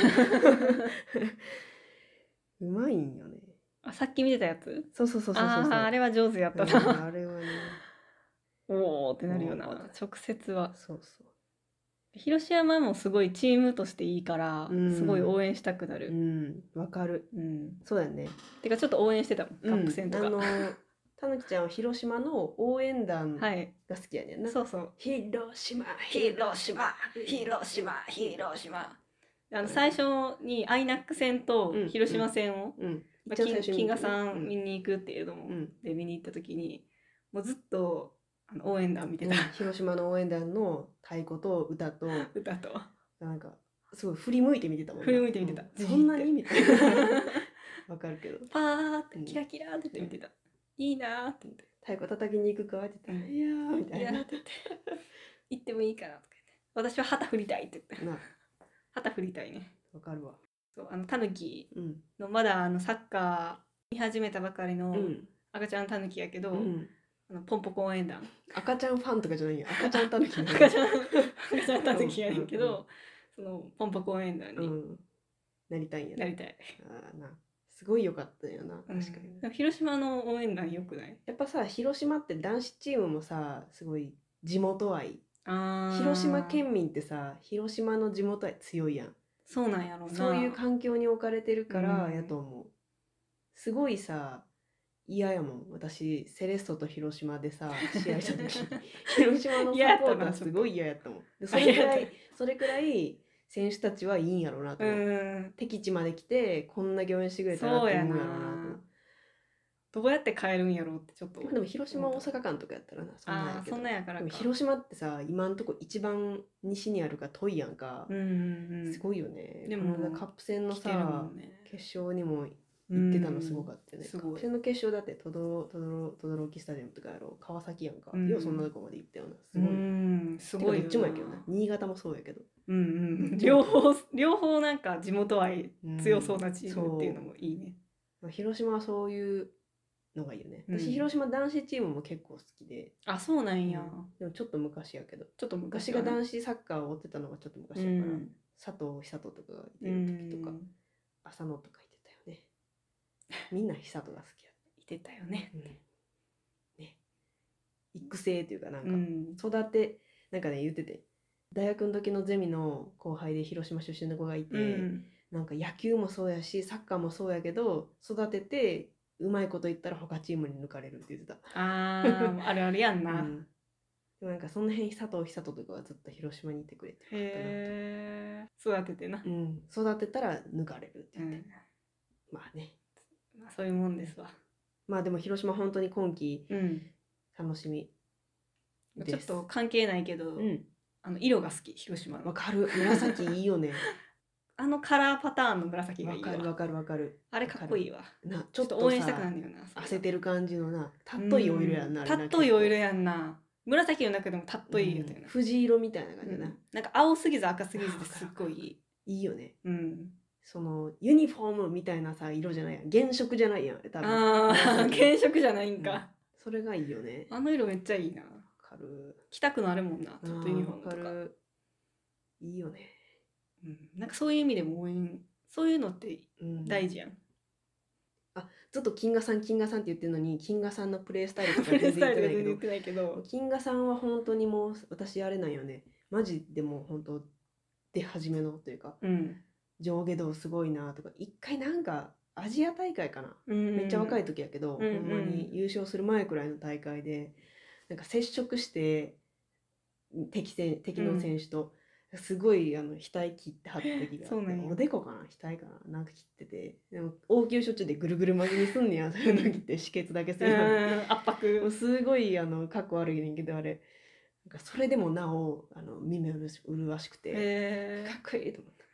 うまいんよね。 あさっき見てたやつ。 そうそうそうそうそうそう。 あーあれは上手やったうんな。 あれはね。 おおってなるよなおー直接は。 そうそう。 広島もすごいチームとしていいから、 うんすごい応援したくなうる。 ん、わかる。 うん。 そうだよね。 てかちょっと応援してたもん、カップ戦とか。 うん、あのたぬきちゃんは広島の応援団がはい。 好きやねんな。 そうそう。 広島、 広島、広島、広島。あの最初にアイナック戦と広島戦を、 うん、 まあ、 一番最初に金賀さうんん見に行くっていうのも、 うんで見に行った時にもうずっとあの応援団見てた、 うん広島の応援団の太鼓と歌と歌となんかすごい振り向いて見てたもんな。 振り向いて見てたうんそんなにみたいなわかるけど、 パーってキラキラって見てた、いいなーって思って、 太鼓叩きに行くかって言ったら、 うんいやーみたいいな。 やーって言って行ってもいいかなとか言って、私は旗振りたいって言って、 な、 旗振りたいね。 わかるわ。 そうあのタヌキうん。 のまだあのサッカー見始めたばかりのうん。 赤ちゃんタヌキやけど、 うん。 あのポンポコ応援団赤ちゃんファンとかじゃないよ。赤ちゃんたぬきの赤ちゃん赤ちゃんタヌキやねんけど、そのポンポコ応援団にうん。なりたいんやなりたい。 あーな。すごい良かったよな。確かに。 うんでも広島の応援団よくない？ やっぱさ、広島って男子チームもさ、すごい地元愛。 あー広島県民ってさ、広島の地元愛強いやん。 そうなんやろうな。 そういう環境に置かれてるからうんやと思う。すごいさ、嫌やもん。私、セレッソと広島でさ、試合した時に、広島のサポーターすごい嫌やったもん。でそれくらい、それくらい選手たちはいいんやろうなとう思う。 ん敵地まで来て、こんな応援してくれたらってそうや思うやろうなと思なう。。 どうやって帰るんやろうってちょっと。 でも広島大阪間とかやったらな、そんなんああそやけど。 んなんやからか。 でも広島ってさ、今んとこ一番西にあるから遠いやんか。 うんうんうん。 すごいよね。 でもこの間カップ戦の来てるもさ、 んね。 決勝にも行ってたのすごかったよね。 うんすごいカップ戦の決勝だって、とどろ、とどろ、とどろきスタジアムとかやろ、川崎やんか。 うんようそんなとこまで行ったよな。すうごい。 んすごいよな。 てかどっちもやけどな。新潟もそうやけど。 うんうん。両方両方なんか地元愛強そうなチームっていうのんもいいね。 そう広島はそういうのがいいよね。 うん私、広島男子チームも結構好きで。 あそうなんや。 うんでもちょっと昔やけど。 ちょっと昔私が男子サッカーを追ってたのがちょっと昔やから、 うん佐藤久人とかがいてうる時とか、 ん浅野とかいてたよね。みんな久人が好きやっいてたよね。 た。うんね。育成というかなんか、 うん育て、なんかね言ってて、大学の時のゼミの後輩で広島出身の子がいて、 うんなんか野球もそうやし、サッカーもそうやけど、育てて、うまいこと言ったら他チームに抜かれるって言ってた。 あーあるあるやんな。 うんでもなんかその辺佐藤久人とかはずっと広島にいてくれてよかったなって。 へえ育ててな。 うん、育てたら抜かれるって言って、 うんまあね。 まあそういうもんですわ。 まあでも広島本当に今季うん。 楽しみです。 ちょっと関係ないけど、 うん、 あの色が好き広島の。 わかる。紫いいよね。 あのカラーパターンの紫がいいわ。 わかるわかるわかる。 あれかっこいいわ。 な、 ちょっとちょっと応援したくなさるんだよな。 汗てる感じのな、たっといお色やんな。あれなたっといお色やんな。紫の中でもたっといいやつやな。 うん藤色みたいな感じだな。 うんなんか青すぎず赤すぎずですっごいいい。 いいよね。 うん。 そのユニフォームみたいなさ色じゃないやん。原色じゃないやん。あれ多分。 ああ原色じゃないんか。 それがいいよね。 あの色めっちゃいいな。 わかる。 着たくなるもんな。ちょっとユニフォームわとか。 かる。いいよね。 うん、なんかそういう意味でも応援そういうのってうん、 大事やん。 あ、ずっと金賀さん金賀さんって言ってるのに金賀さんのプレースタイルとかプレ全ースタ然言ってないけどイルで言ってないけど。 金賀さんは本当にもう私あれなんよね。マジでもう本当出始めのというかうん。 上下動すごいなとか一回なんかアジア大会かな、 うんめっちゃ若い時やけど、 うんうんほんまに優勝する前くらいの大会でなんか接触して敵せ敵の選手と、すごいあの額切ってはった時があってそうなんやおでこかな額かななんか切っててでも応急処置でぐるぐる巻きにすんねやそういう時って止血だけすうるやんん圧もう迫。 すごいあのかっこ悪いねんけどあれなんかそれでもなおあの耳を潤しくて、 へかっこいいと思って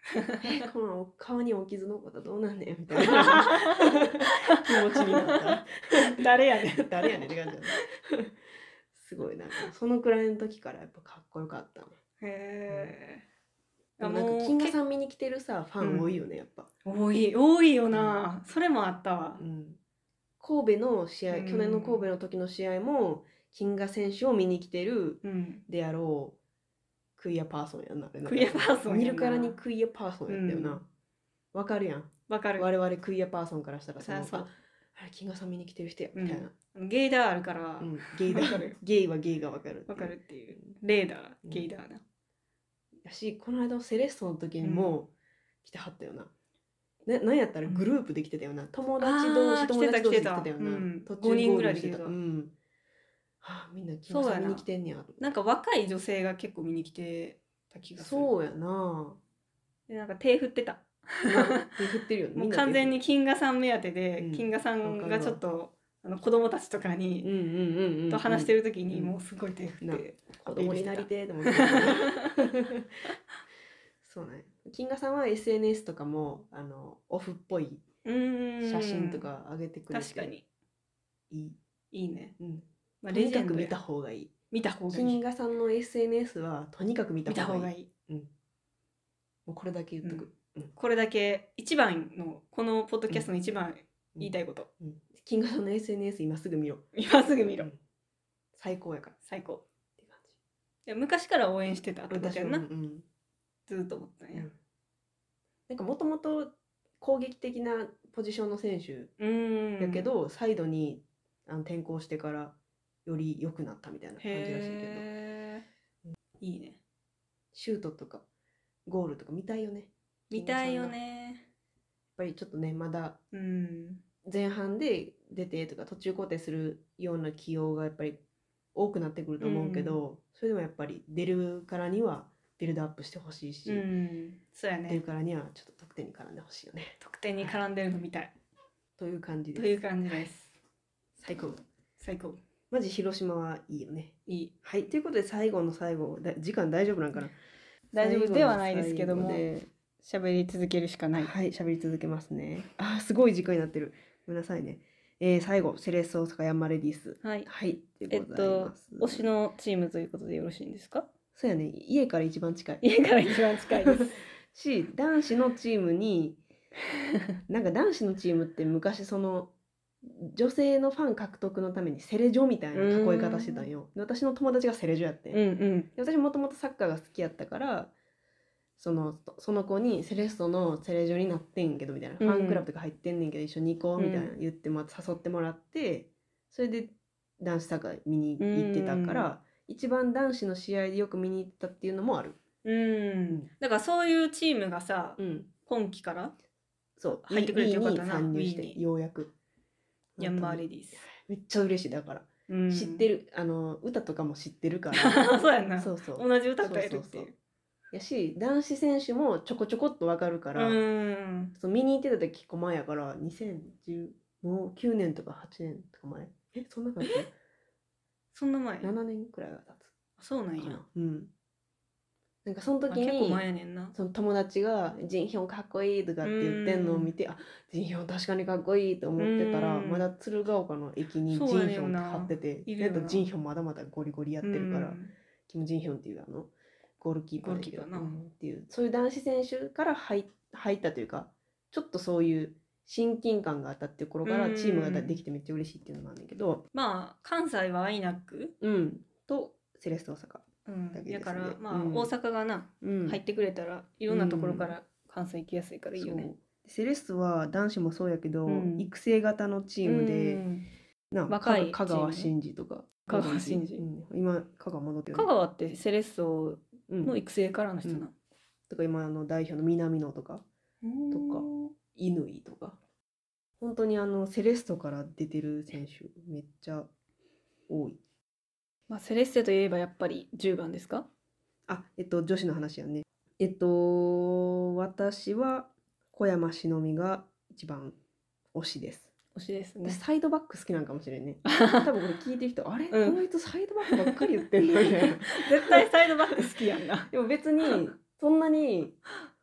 えこの顔にお傷のことどうなんねんみたいな気持ちになった誰やねん誰やねんって感じだねすごいなんかそのくらいの時からやっぱかっこよかったね。 へえ、 でもなんか金賀さん見に来てるさファン多いよね、やっぱ多い多いよな、それもあったわ、 うん、神戸の試合、 うん去年の神戸の時の試合も金賀選手を見に来てるうん、 であろうクイアパーソンやなあれなクイアパーソンやな見るからにクイアパーソンやったよな、 うんわかるやんわかる、 我々クイアパーソンからしたらそのそうそうああれ金賀さん見に来てる人やみたいな、 ゲイダーあるから、 うんゲイだわかるゲイはゲイがわかるわかるっていう、レーダーうんゲイダーな、 やしこの間のセレッソの時にも来てはったよな、ななんやったらグループで来てたよな、友達同士あー友達同士で来てた来てたよな、 うん途ごにんぐらいしてた、 で来てたうんはあ、みんな金賀さん見に来てんねやなんか若い女性が結構見に来てた気がする。 そうやなでなんか手振ってた。 手振ってるよねもう完全にみん金賀さん目当てで、 うん金賀さんがちょっとあの子供たちとかな手に、 うんうんうんうんと話してる時にうんもうすごい手振なって、 子供になりてーと思ってそうね金賀さんは エスエヌエス とかもあのオフっぽいうーん写真とか上げてくれて確かにいい、 いいね。 うん、 まあ、 とレジェンドやにかく見た方がいい見た方がいい。 金賀さんの エスエヌエス はとにかく見た見た方がいい方がいい。 うん、もうこれだけ言っとく、 これだけ一番のこのポッドキャストの一番言いたいこと。 うん、金賀さんの エスエヌエス 今すぐ見ろ今すぐ見ろ。 うん最高やからっ最高。 て感いや昔から応援してたっじてことやんな。 うんうんずーっと思ったんや。 なんかもともと攻撃的なポジションの選手うーん。 やけど、サイドにあの転向してからより良くなったみたいな感じらしいけど、 へーいいね。 シュートとかゴールとか見たいよね。 見たいよやっね。 ぱりちょっとねまだうん。 前半で出てとか途中交代するような起用がやっぱり多くなってくると思うけど、それでもやっぱり出るからにはビルドアップしてほしいし、 うん。そうや出るね。 からにはちょっと得点に絡んでほしいよね得点に絡んでるの見たい。 という感じです。 という感じです。 最高。 最高。 マジ広島はいいよね。 いい。 はい、ということで最後の最後だ時間大丈夫なんかな。 大丈夫ではないですけども最後の最後で喋り続けるしかない。 はい、喋り続けますね。あー、すごい時間になってる。ごめんなさいね。えー、最後、セレッソ大阪ヤンマレディース。 はい。 はい、でえっございとます。、 推しのチームということでよろしいんですか？ そうやね、家から一番近い。 家から一番近いです。 し、男子のチームに、なんか男子のチームって昔その、女性のファン獲得のためにセレジョみたいな囲い方してたんよ。で私の友達がセレジョやってん。 うんうん。 で私もともとサッカーが好きやったからそのその子にセレッソのセレジョになってんけどみたいな、 うんファンクラブとか入ってんねんけど一緒に行こうみたいな言って、まあ、誘ってもらってそれで男子サッカー見に行ってたから、一番男子の試合でよく見に行ったっていうのもある。 うん。だからそういうチームがさ、 うん、 今期からそう入ってくれてよかったなウィー に参入してウィーにようやくヤンバーレディース。 めっちゃ嬉しいだから、 うん知ってるあの歌とかも知ってるからそうやんな。 そうそう同じ歌歌えるってそうそういう。 やし男子選手もちょこちょこっとわかるから、 うん。 そう見に行ってた時結構前やからにせんじゅうもうきゅうねんとかはちねんとか前えそんな感じそんな前。 ななねんくらいは経そうなんやつかな。うんなんかそのあ時結構に前やねんな。 その友達が「ジンヒョンかっこいい」とかって言ってんのを見てあジンヒョン確かにかっこいいと思ってたらうんまだ鶴岡の駅にジンヒそうやねョンってんな貼ってているよなだとジンヒョンまだまだゴリゴリやってるから、 うんキム・ジンヒョンっていうあのゴールキーパーだけどゴールキーパーなうんっていうそういう男子選手から入入ったというかちょっとそういう親近感があったっていう頃からうんチームができてめっちゃ嬉しいっていうのもあるんだけど、 まあ関西はアイナック、 うん、とセレッソ大阪、 うん、 だけですねだからまあ、 うん大阪がなうん、 入ってくれたらいろんなところから関西行きやすいからいいよね。 そうセレッソは男子もそうやけど、 うん育成型のチームで、 うんな若い香川チーム真司とか香川真司うん、今香川戻ってる香川ってセレッソうんの育成からの人な。 とか今あの代表の南野とかうんとか乾とか本当にあのセレッソから出てる選手めっちゃ多い。 まあセレッセといえばやっぱりじゅうばんですか？ あえっと女子の話やね。えっと私は小山しのみが一番推しです。 推しですね私。サイドバック好きなんかもしれんね。多分これ聞いてる人あれ、 うんこの人サイドバックばっかり言ってんのみたいな。 絶対サイドバック好きやんな。 でも別にそんなに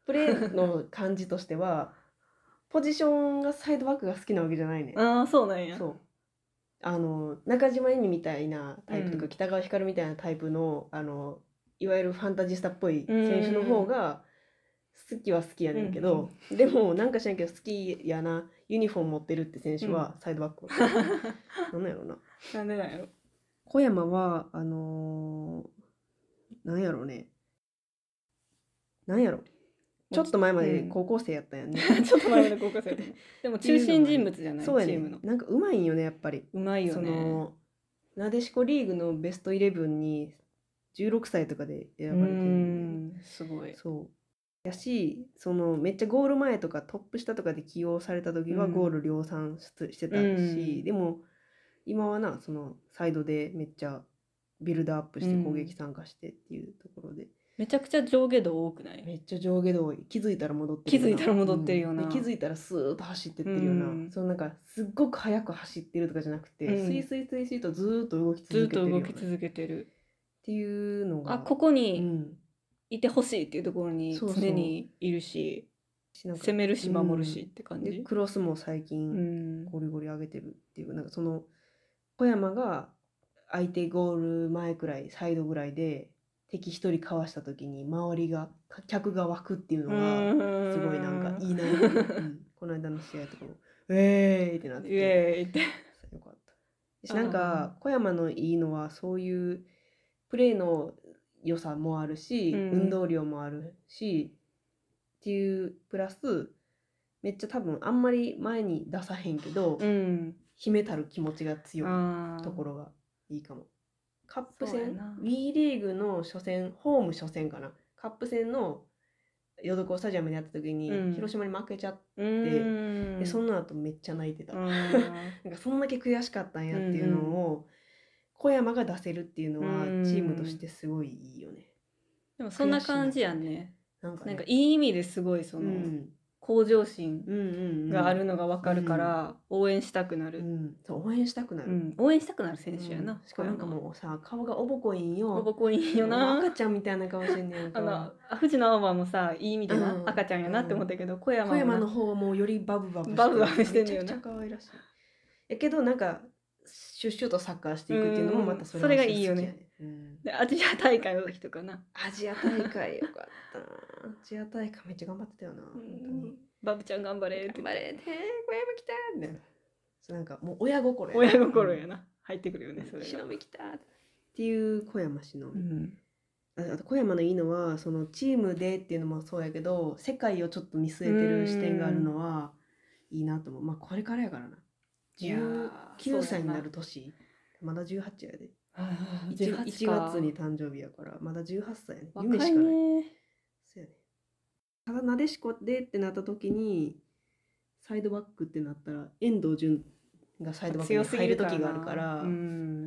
プレーの感じとしてはポジションがサイドバックが好きなわけじゃないね。 ああそうなんや。 そうあの中島恵美みたいなタイプとか、 うん北川ひかるみたいなタイプのあのいわゆるファンタジスタっぽい選手の方が好きは好きやねんけど、でもなんか知らんけど好きやなユニフォーム持ってるって選手はサイドバック、なんなんやろな。 なんでなんやろ。 小山はあのー、なんやろねなんやろちょっと前まで高校生やったんやね、 うん、ちょっと前まで高校生やったでも中心人物じゃない、 そうやね、 チームのなんかうまいんよねやっぱり。 うまいよね。 そのなでしこリーグのベストイレブンにじゅうろくさいとかで選ばれてるんで、ね、 すごい。 そうやしそのめっちゃゴール前とかトップ下とかで起用された時はゴール量産し、うん、してたし、うん、でも今はなそのサイドでめっちゃビルドアップして攻撃参加してっていうところで、うん、 めちゃくちゃ上下動多くない？ めっちゃ上下動多い。気づいたら戻ってるような、 気づいたら戻ってるような、 うん、で気づいたらスーッと走ってってるような、うん、そのなんかすっごく速く走ってるとかじゃなくて、うん、スイスイスイスイとずーっと動き続けてるような、 ずっと動き続けてるっていうのが、 あここにいてほしいっていうところに常にいるし、そうそう攻めるし守るしって感じ、 うん、でクロスも最近ゴリゴリ上げてるっていう、うん、なんかその小山が相手ゴール前くらいサイドぐらいで敵一人かわした時に周りが客が湧くっていうのがすごいなんかいいな、うん、この間の試合とかも「えーい!」ってなってて、 イエーイってよかったし、なんか小山のいいのはそういうプレーの良さもあるし、うん、運動量もあるしっていうプラスめっちゃ多分あんまり前に出さへんけど、うん、秘めたる気持ちが強いところがいいかも。カップ戦 WE リーグの初戦ホーム初戦かなカップ戦のヨドコスタジアムでやった時に、うん、広島に負けちゃって、うん、でその後めっちゃ泣いてた、うん、なんかそんだけ悔しかったんやっていうのを、うん、小山が出せるっていうのはチームとしてすごいいいよね。 でもそんな感じやんね。なんかね、なんかいい意味ですごいその、うん向上心があるのが分かるから、うん、応援したくなる、 うん、そう応援したくなる、うん、 応援したくなる選手やな、うん、 しかもなんかもうさ顔がおぼこいんよおぼこいんよな赤ちゃんみたいな顔してんねんかあの藤野青葉もさいい意味でな、うん、赤ちゃんやなって思ったけど、うん、小山小山の方はもうよりバブバブしてバブバブしてんねよなめちゃくちゃ可愛らしいやけどなんかシュッシュとサッカーしていくっていうのもまたそれ、 それがいいよね、 うん、 でアジア大会の時とかなアジア大会よかったアジア大会めっちゃ頑張ってたよな、うん、本当にバブちゃん頑張れ頑張れて小山来たみたいななんかもう親心や親心やな、うん、入ってくるよねそれが忍び来たっていう小山忍び、うん、あと小山のいいのはそのチームでっていうのもそうやけど世界をちょっと見据えてる視点があるのはいいなと思う。まあこれからやからなじゅうきゅうさいになる年まだじゅうはちやでいちがつに誕生日やからまだじゅうはっさいやね夢しかないそうやねただなでしこでってなった時にサイドバックってなったら遠藤純がサイドバックに入る時があるから、うん、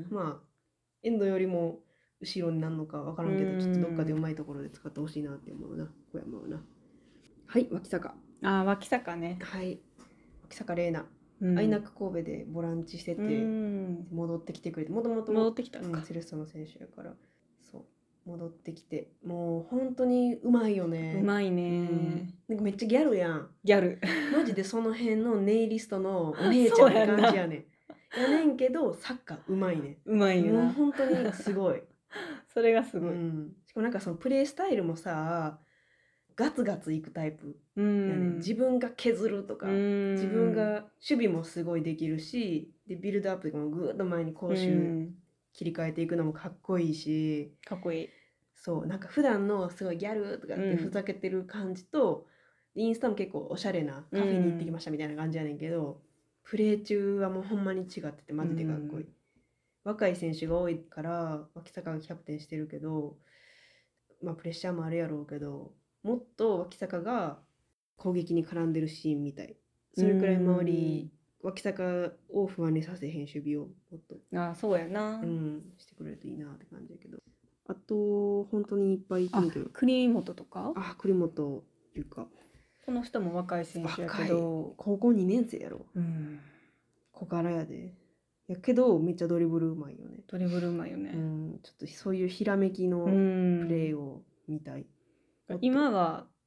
まあ遠藤よりも後ろになるのか分からんけど、うん、ちょっとどっかでうまいところで使ってほしいなって思うな小山はな。はい脇坂あ脇坂ねはい脇坂玲奈アイナック神戸でボランチしてて、うん、戻ってきてくれてもともと戻ってきたんか、 うん、セレッソの選手やからそう戻ってきてもう本当にうまいよねうまいね、うん、 なんかめっちゃギャルやんギャルマジでその辺のネイリストのお姉ちゃんって感じやねんやねんけどサッカーうまいねうまいよなもう本当にすごいそれがすごい、 うん、しかもなんかそのプレースタイルもさガツガツいくタイプやね、うん、自分が削るとか、うん、自分が守備もすごいできるしでビルドアップとかもぐーっと前に攻守、うん、切り替えていくのもかっこいいしかっこいいそうなんか普段のすごいギャルとかってふざけてる感じと、うん、インスタも結構おしゃれなカフェに行ってきましたみたいな感じやねんけど、うん、プレー中はもうほんまに違っててマジでかっこいい、うん、若い選手が多いから脇坂がキャプテンしてるけどまあプレッシャーもあるやろうけどもっと脇坂が攻撃に絡んでるシーンみたいそれくらい周り脇坂を不安にさせへん守備をもっとあそうやな、 うん、してくれるといいなって感じやけどあと本当にいっぱいいてるけど栗本とかあ栗本いうかこの人も若い選手やけど高校にねん生やろ、うん、小柄やでやけどめっちゃドリブルうまいよねドリブルうまいよね、 うん、ちょっとそういうひらめきのプレーを見たい、 今は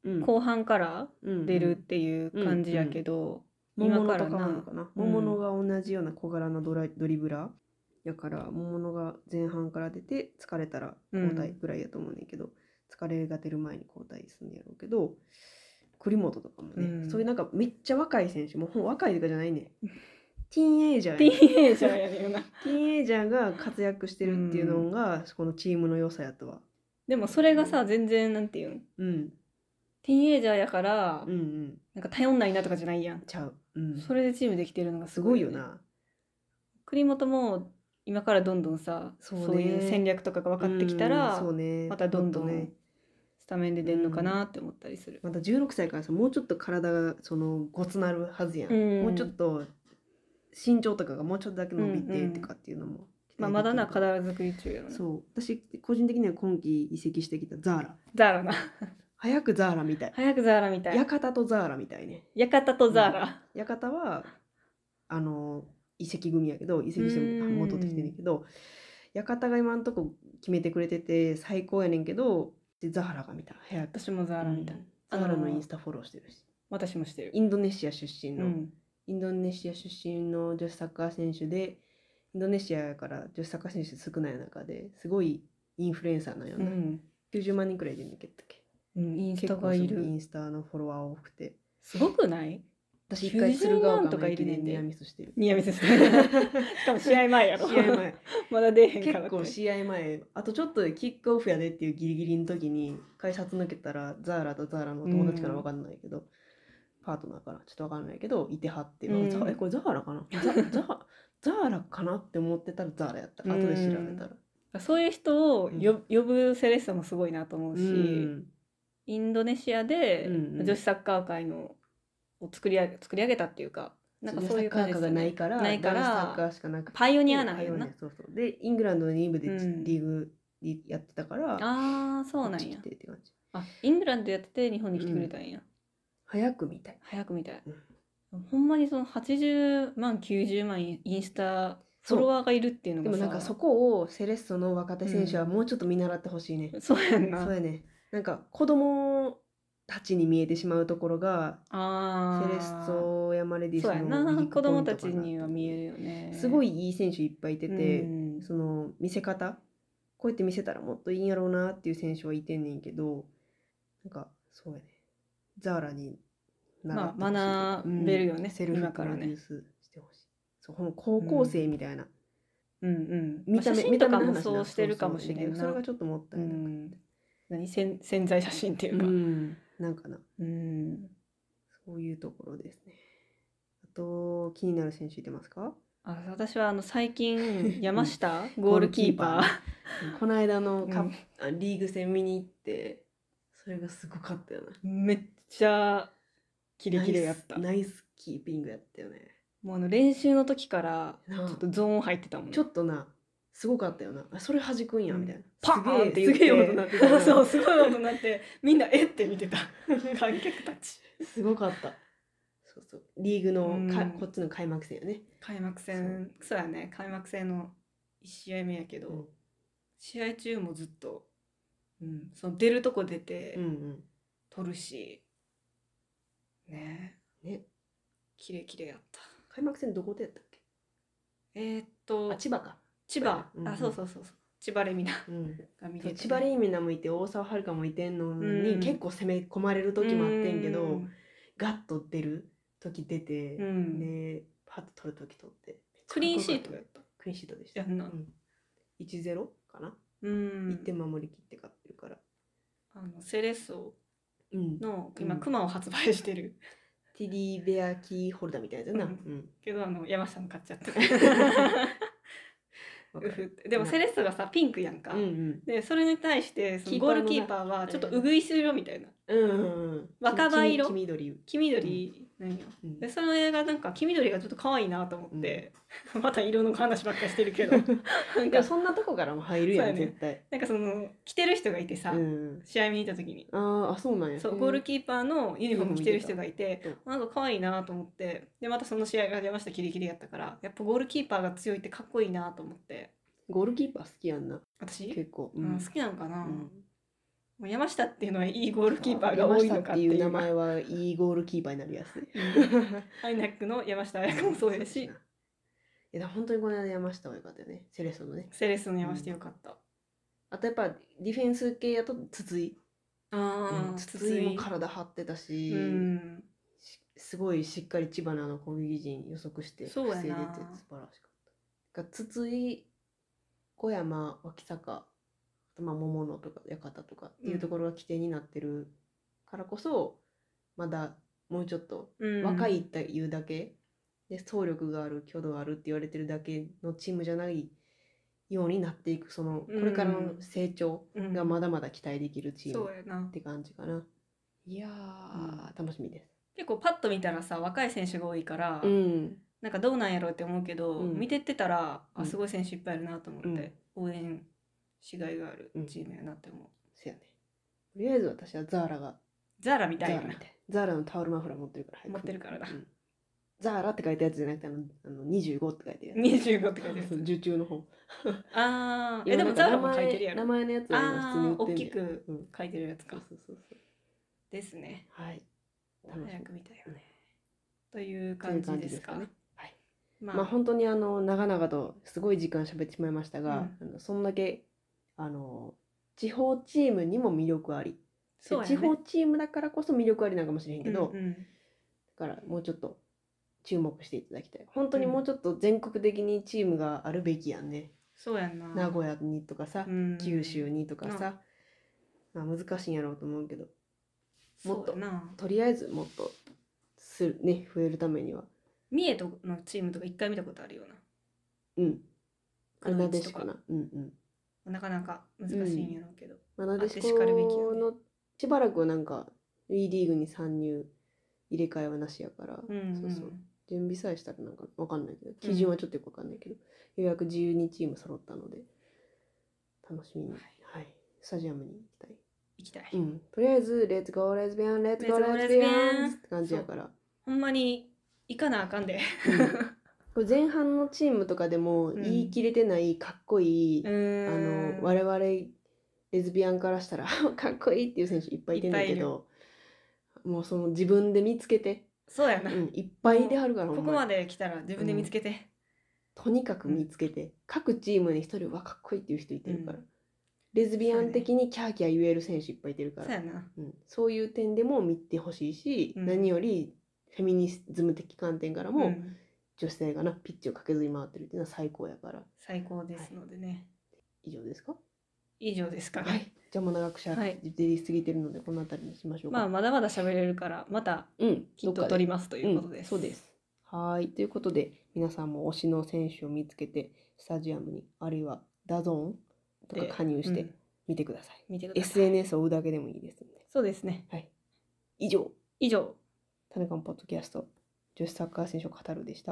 うん後半からうん出るっていう感じやけど、 うんうん、 今から桃野と変わるのなかな、 うん桃野が同じような小柄なドラドリブラーやから桃野が前半から出て疲れたら交代ぐらいやと思うねんけど、疲れが出る前に交代するんやろうけど、栗本とかもね、 うんそういうなんかめっちゃ若い選手、もうほん若いとかじゃないねティーンエイジャーテやねィーンエイジャーやねんよな。 ティーンエイジャーが活躍してるっていうのが、このチームの良さやとは。 でもそれがさ全然なんていうんうんティーンエイジャーやから、 うんうんなんか頼んないなとかじゃないやん。 ちゃう、うん、 それでチームできてるのがすすごいよね。 ごいよな。 栗本も今からどんどんさそねそうういう戦略とかが分かってきたら、 うんそうね、 またどんどんもっとねスタメンで出るのかなって思ったりする。 まだじゅうろくさいからさ、もうちょっと体がそのごつなるはずやん、 うんもうちょっと身長とかがもうちょっとだけ伸びうんうんてとかっていうのも、 まあ、まだなか体作り中やな。 そう私個人的には今季移籍してきたザーラ、 ザーラな。 早くザーラみたい、 早くザーラみたい。 館とザーラみたいね。 館とザーラ。 館はあの移籍組やけど移籍してうん戻ってきてんねんけど、館が今んとこ決めてくれてて最高やねんけど、でザーラが見た早く私もザーラみたい。 うんザーラのインスタフォローしてるし、 私もしてる。 インドネシア出身の、 うん。 インドネシア出身の女子サッカー選手で、インドネシアから女子サッカー選手少ない中ですごいインフルエンサーなんよね、 うん。 きゅうじゅうまん人くらいいるんだっけ、 うん、インス結構タがいる。 そのインスタのフォロワー多くて、 すごくない私一回鶴ヶ丘とかいの駅でるねんでニアミスしてる。 ニアミスしてる。しかも試合前やろ。 試合前まだ出えへんからって。 結構試合前あとちょっとでキックオフやでっていうギリギリの時に改札抜けたらザーラとザーラの友達から分かんないけど、パートナーからちょっと分かんないけどいてはって、 うんあザえこれザーラかなザザザーラかなって思ってたらザーラやった、後で調べたら、 そういう人をよ、呼ぶセレッソもすごいなと思うし、 うんインドネシアでうんうん女子サッカー界のを作り上げ作り上げたっていうか、なんかそういう感じですよね。 サッカーがないからないか男子サッカらーしかなくてパイオニアなんやなパイオニア。そうそうでイングランドのリーグでうんリーグにやってたから、 ああそうなんやこっち来。てって感じ。 あイングランドやってて日本に来てくれたんや。 早くみたい。 早くみたい。 うんほんまにそのはちじゅうまんきゅうじゅうまんインスタフォロワーがいるっていうのがさ、 でもなんかそこをセレッソの若手選手はもうちょっと見習ってほしいね。 そうやんな。 そうやね。なんか子供たちに見えてしまうところがあセレッソヤマレディスそうやな、 のウィーク子供たちポイントかなには見えるよね。 すごいいい選手いっぱいいてて、 うんその見せ方こうやって見せたらもっといいんやろうなっていう選手はいてんねんけど、なんかそうやね。ザーラに習ってほしいとまあ学べるよねうんセルフ今からねプロデュースしてほしい。そうほんま高校生みたいな、 うんうん。 見た目写真とか見た目の話なもそうしてるかもしれんな。 そうそうそれがちょっともったういない。 ん。何潜潜在写真っていうか。 うん、なんかなうん。 そういうところですね。あと気になる選手いてますか？ あ、私はあの最近山下ゴールキーパーこの間のカッうんプあリーグ戦見に行ってそれがすごかったよな。 めっちゃキレキレやった。 ナイスナイスキーピングやったよね。 もうあの練習の時からちなあょっとゾーン入ってたもん。 ちょっとなすごかったよな。あそれ弾くんやみたいな。 パーンって言ってすげえすげえ音鳴ってたよなそうすごい音鳴ってみんなえって見てた観客たち。 すごかった。そうそうリーグのか、 うんこっちの開幕戦やね。 開幕戦そうやね、開幕戦のいち試合目やけど、 うん試合中もずっと、うん、その出るとこ出てうんうん撮るし、ねね。 キレキレやった。 開幕戦どこでやったっけ？ えー、っとあ千葉か。 千葉、 うんうんあそうそうそうそう千葉レミナうん。 が見てて、 そう千葉レイミナもいて大沢遥もいてんのに、 うん結構攻め込まれる時もあってんけど、 うんガッと出る時出て、 うんでパッと取る時取ってクリーンシートやった。 クリーンシートでした。 やんなうん、いちゼロかな、 うんいってん守りきって勝ってるから、 あのセレッソうん、 の今うんクマを発売してるティディベアキーホルダーみたいなやつやな、 うんうんけどあの山下の買っちゃったわかるうふってでもセレッソがさピンクやんか、 うんうんでそれに対してそのゴールキーパーはちょっとうぐいす色みたいなうんうんうん若葉色黄緑、 黄緑なんよ、 うんでその映画なんか黄緑がちょっと可愛いなと思って、また色の話ばっかりしてるけどなんかいやそんなとこからも入るやん、 そうやね絶対。 なんかその着てる人がいてさ、 うん、 試合見に行った時にあーあそうなんや。 そうへーゴールキーパーのユニフォーム着てる人がいてうんなんか可愛いなと思って、でまたその試合が山下キリキリやったからやっぱゴールキーパーが強いってかっこいいなと思って。 ゴールキーパー好きやんな私、 結構、 うん好きなのかな、 うんもう山下っていうのはいいゴールキーパーが多いのかっていう。 山下っていう名前はいいゴールキーパーになるやつで。 アイナックの山下彩香もそうやし。 いや本当にこの間山下は良かったよね。セレッソのね。 セレッソの山下良かった。うん、 あとやっぱディフェンス系やと筒井。 ああ、うん、 筒井も体張ってたし、うん、すごいしっかり千葉のあの攻撃陣予測して防いでて素晴らしかった。筒井、小山、脇坂、まあ、桃野とか館とかっていうところが起点になってるからこそ、うん、まだもうちょっと若いっていうだけ、うん、で走力がある挙動あるって言われてるだけのチームじゃないようになっていく、そのこれからの成長がまだまだ期待できるチームって感じかな。いやー、うん、楽しみです。 結構パッと見たらさ若い選手が多いから、 うん、 なんかどうなんやろうって思うけど、うん、見てってたらあすごい選手いっぱいいるなと思って、うん、応援しがいがあるチームやなって思う。うん、 そうやね。とりあえず私はザーラがザーラみたいなザーラみたいザーラのタオルマフラー持ってるから持ってるからだ、うん、 ザーラって書いたやつじゃなくてあのあのにじゅうごって書いてるやつ。 にじゅうごって書いてるやつ。 受注の方。 ああ、えでもザーラも書いてるやろ。 名前のやつは今普通に売ってんねん。 大きく書いてるやつか。 うん、そうそうそうですね。 はい。 早く見たよね。という感じですか。 ね、はい。まあ、まあ、本当にあの長々とすごい時間喋ってしまいましたが、うん、あのそんだけあの地方チームにも魅力あり。そうやね、地方チームだからこそ魅力ありなのかもしれへんけど、うんうん、だからもうちょっと注目していただきたい。本当にもうちょっと全国的にチームがあるべきやんね。 そうやんな。 名古屋にとかさ、うん、九州にとかさ、まあ、難しいんやろうと思うけど、もっととりあえずもっとするね増えるためには。 三重とのチームとか一回見たことあるような。 うん。あれなでしこな。うんうん。なかなか難しいんやろうけど。 うん、まあ、なでしこのしばらくはなんか WE リーグに参入入れ替えはなしやから、うんうん、そうそう準備さえしたらなんかわかんないけど基準はちょっとよくわかんないけど、うん、ようやくじゅうにチーム揃ったので楽しみに、はいはい、スタジアムに行きたい行きたい、 うん、とりあえずレッツゴーレズビアンレッツゴーレズビアンって感じやからほんまに行かなあかんで、 うん、これ前半のチームとかでも言い切れてないかっこいい、うん、あの我々レズビアンからしたらかっこいいっていう選手いっぱいいてんだけどもうその自分で見つけてそうやな、 うん、いっぱいいてはるからここまで来たら自分で見つけて、 うん、とにかく見つけて、うん、各チームに一人はかっこいいっていう人いてるから、うん、レズビアン的にキャーキャー言える選手いっぱいいてるからそうやな、 うん、そういう点でも見てほしいし、うん、何よりフェミニズム的観点からも、うん、女性がなピッチを駆けずり回ってるっていうのは最高やから最高ですのでね、 はい、以上ですか以上ですかね、 はいじゃあもう長くしゃべりすぎてるのでこの辺りにしましょうか。 まあまだまだ喋れるからまたきっと撮りますということです。 うん、そうです。はいということで皆さんも推しの選手を見つけてスタジアムにあるいはダゾーンとか加入して見てください。 見てください。 エスエヌエス を追うだけでもいいですので。 そうですね。 はい。以上以上タネカンポッドキャスト女子サッカー選手を語るでした。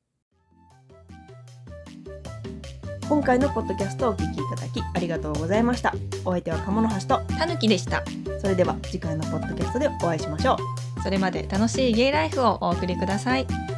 今回のポッドキャストをお聞きいただきありがとうございました。お相手は鴨の橋とたぬきでした。 それでは次回のポッドキャストでお会いしましょう。 それまで楽しいゲイライフをお送りください。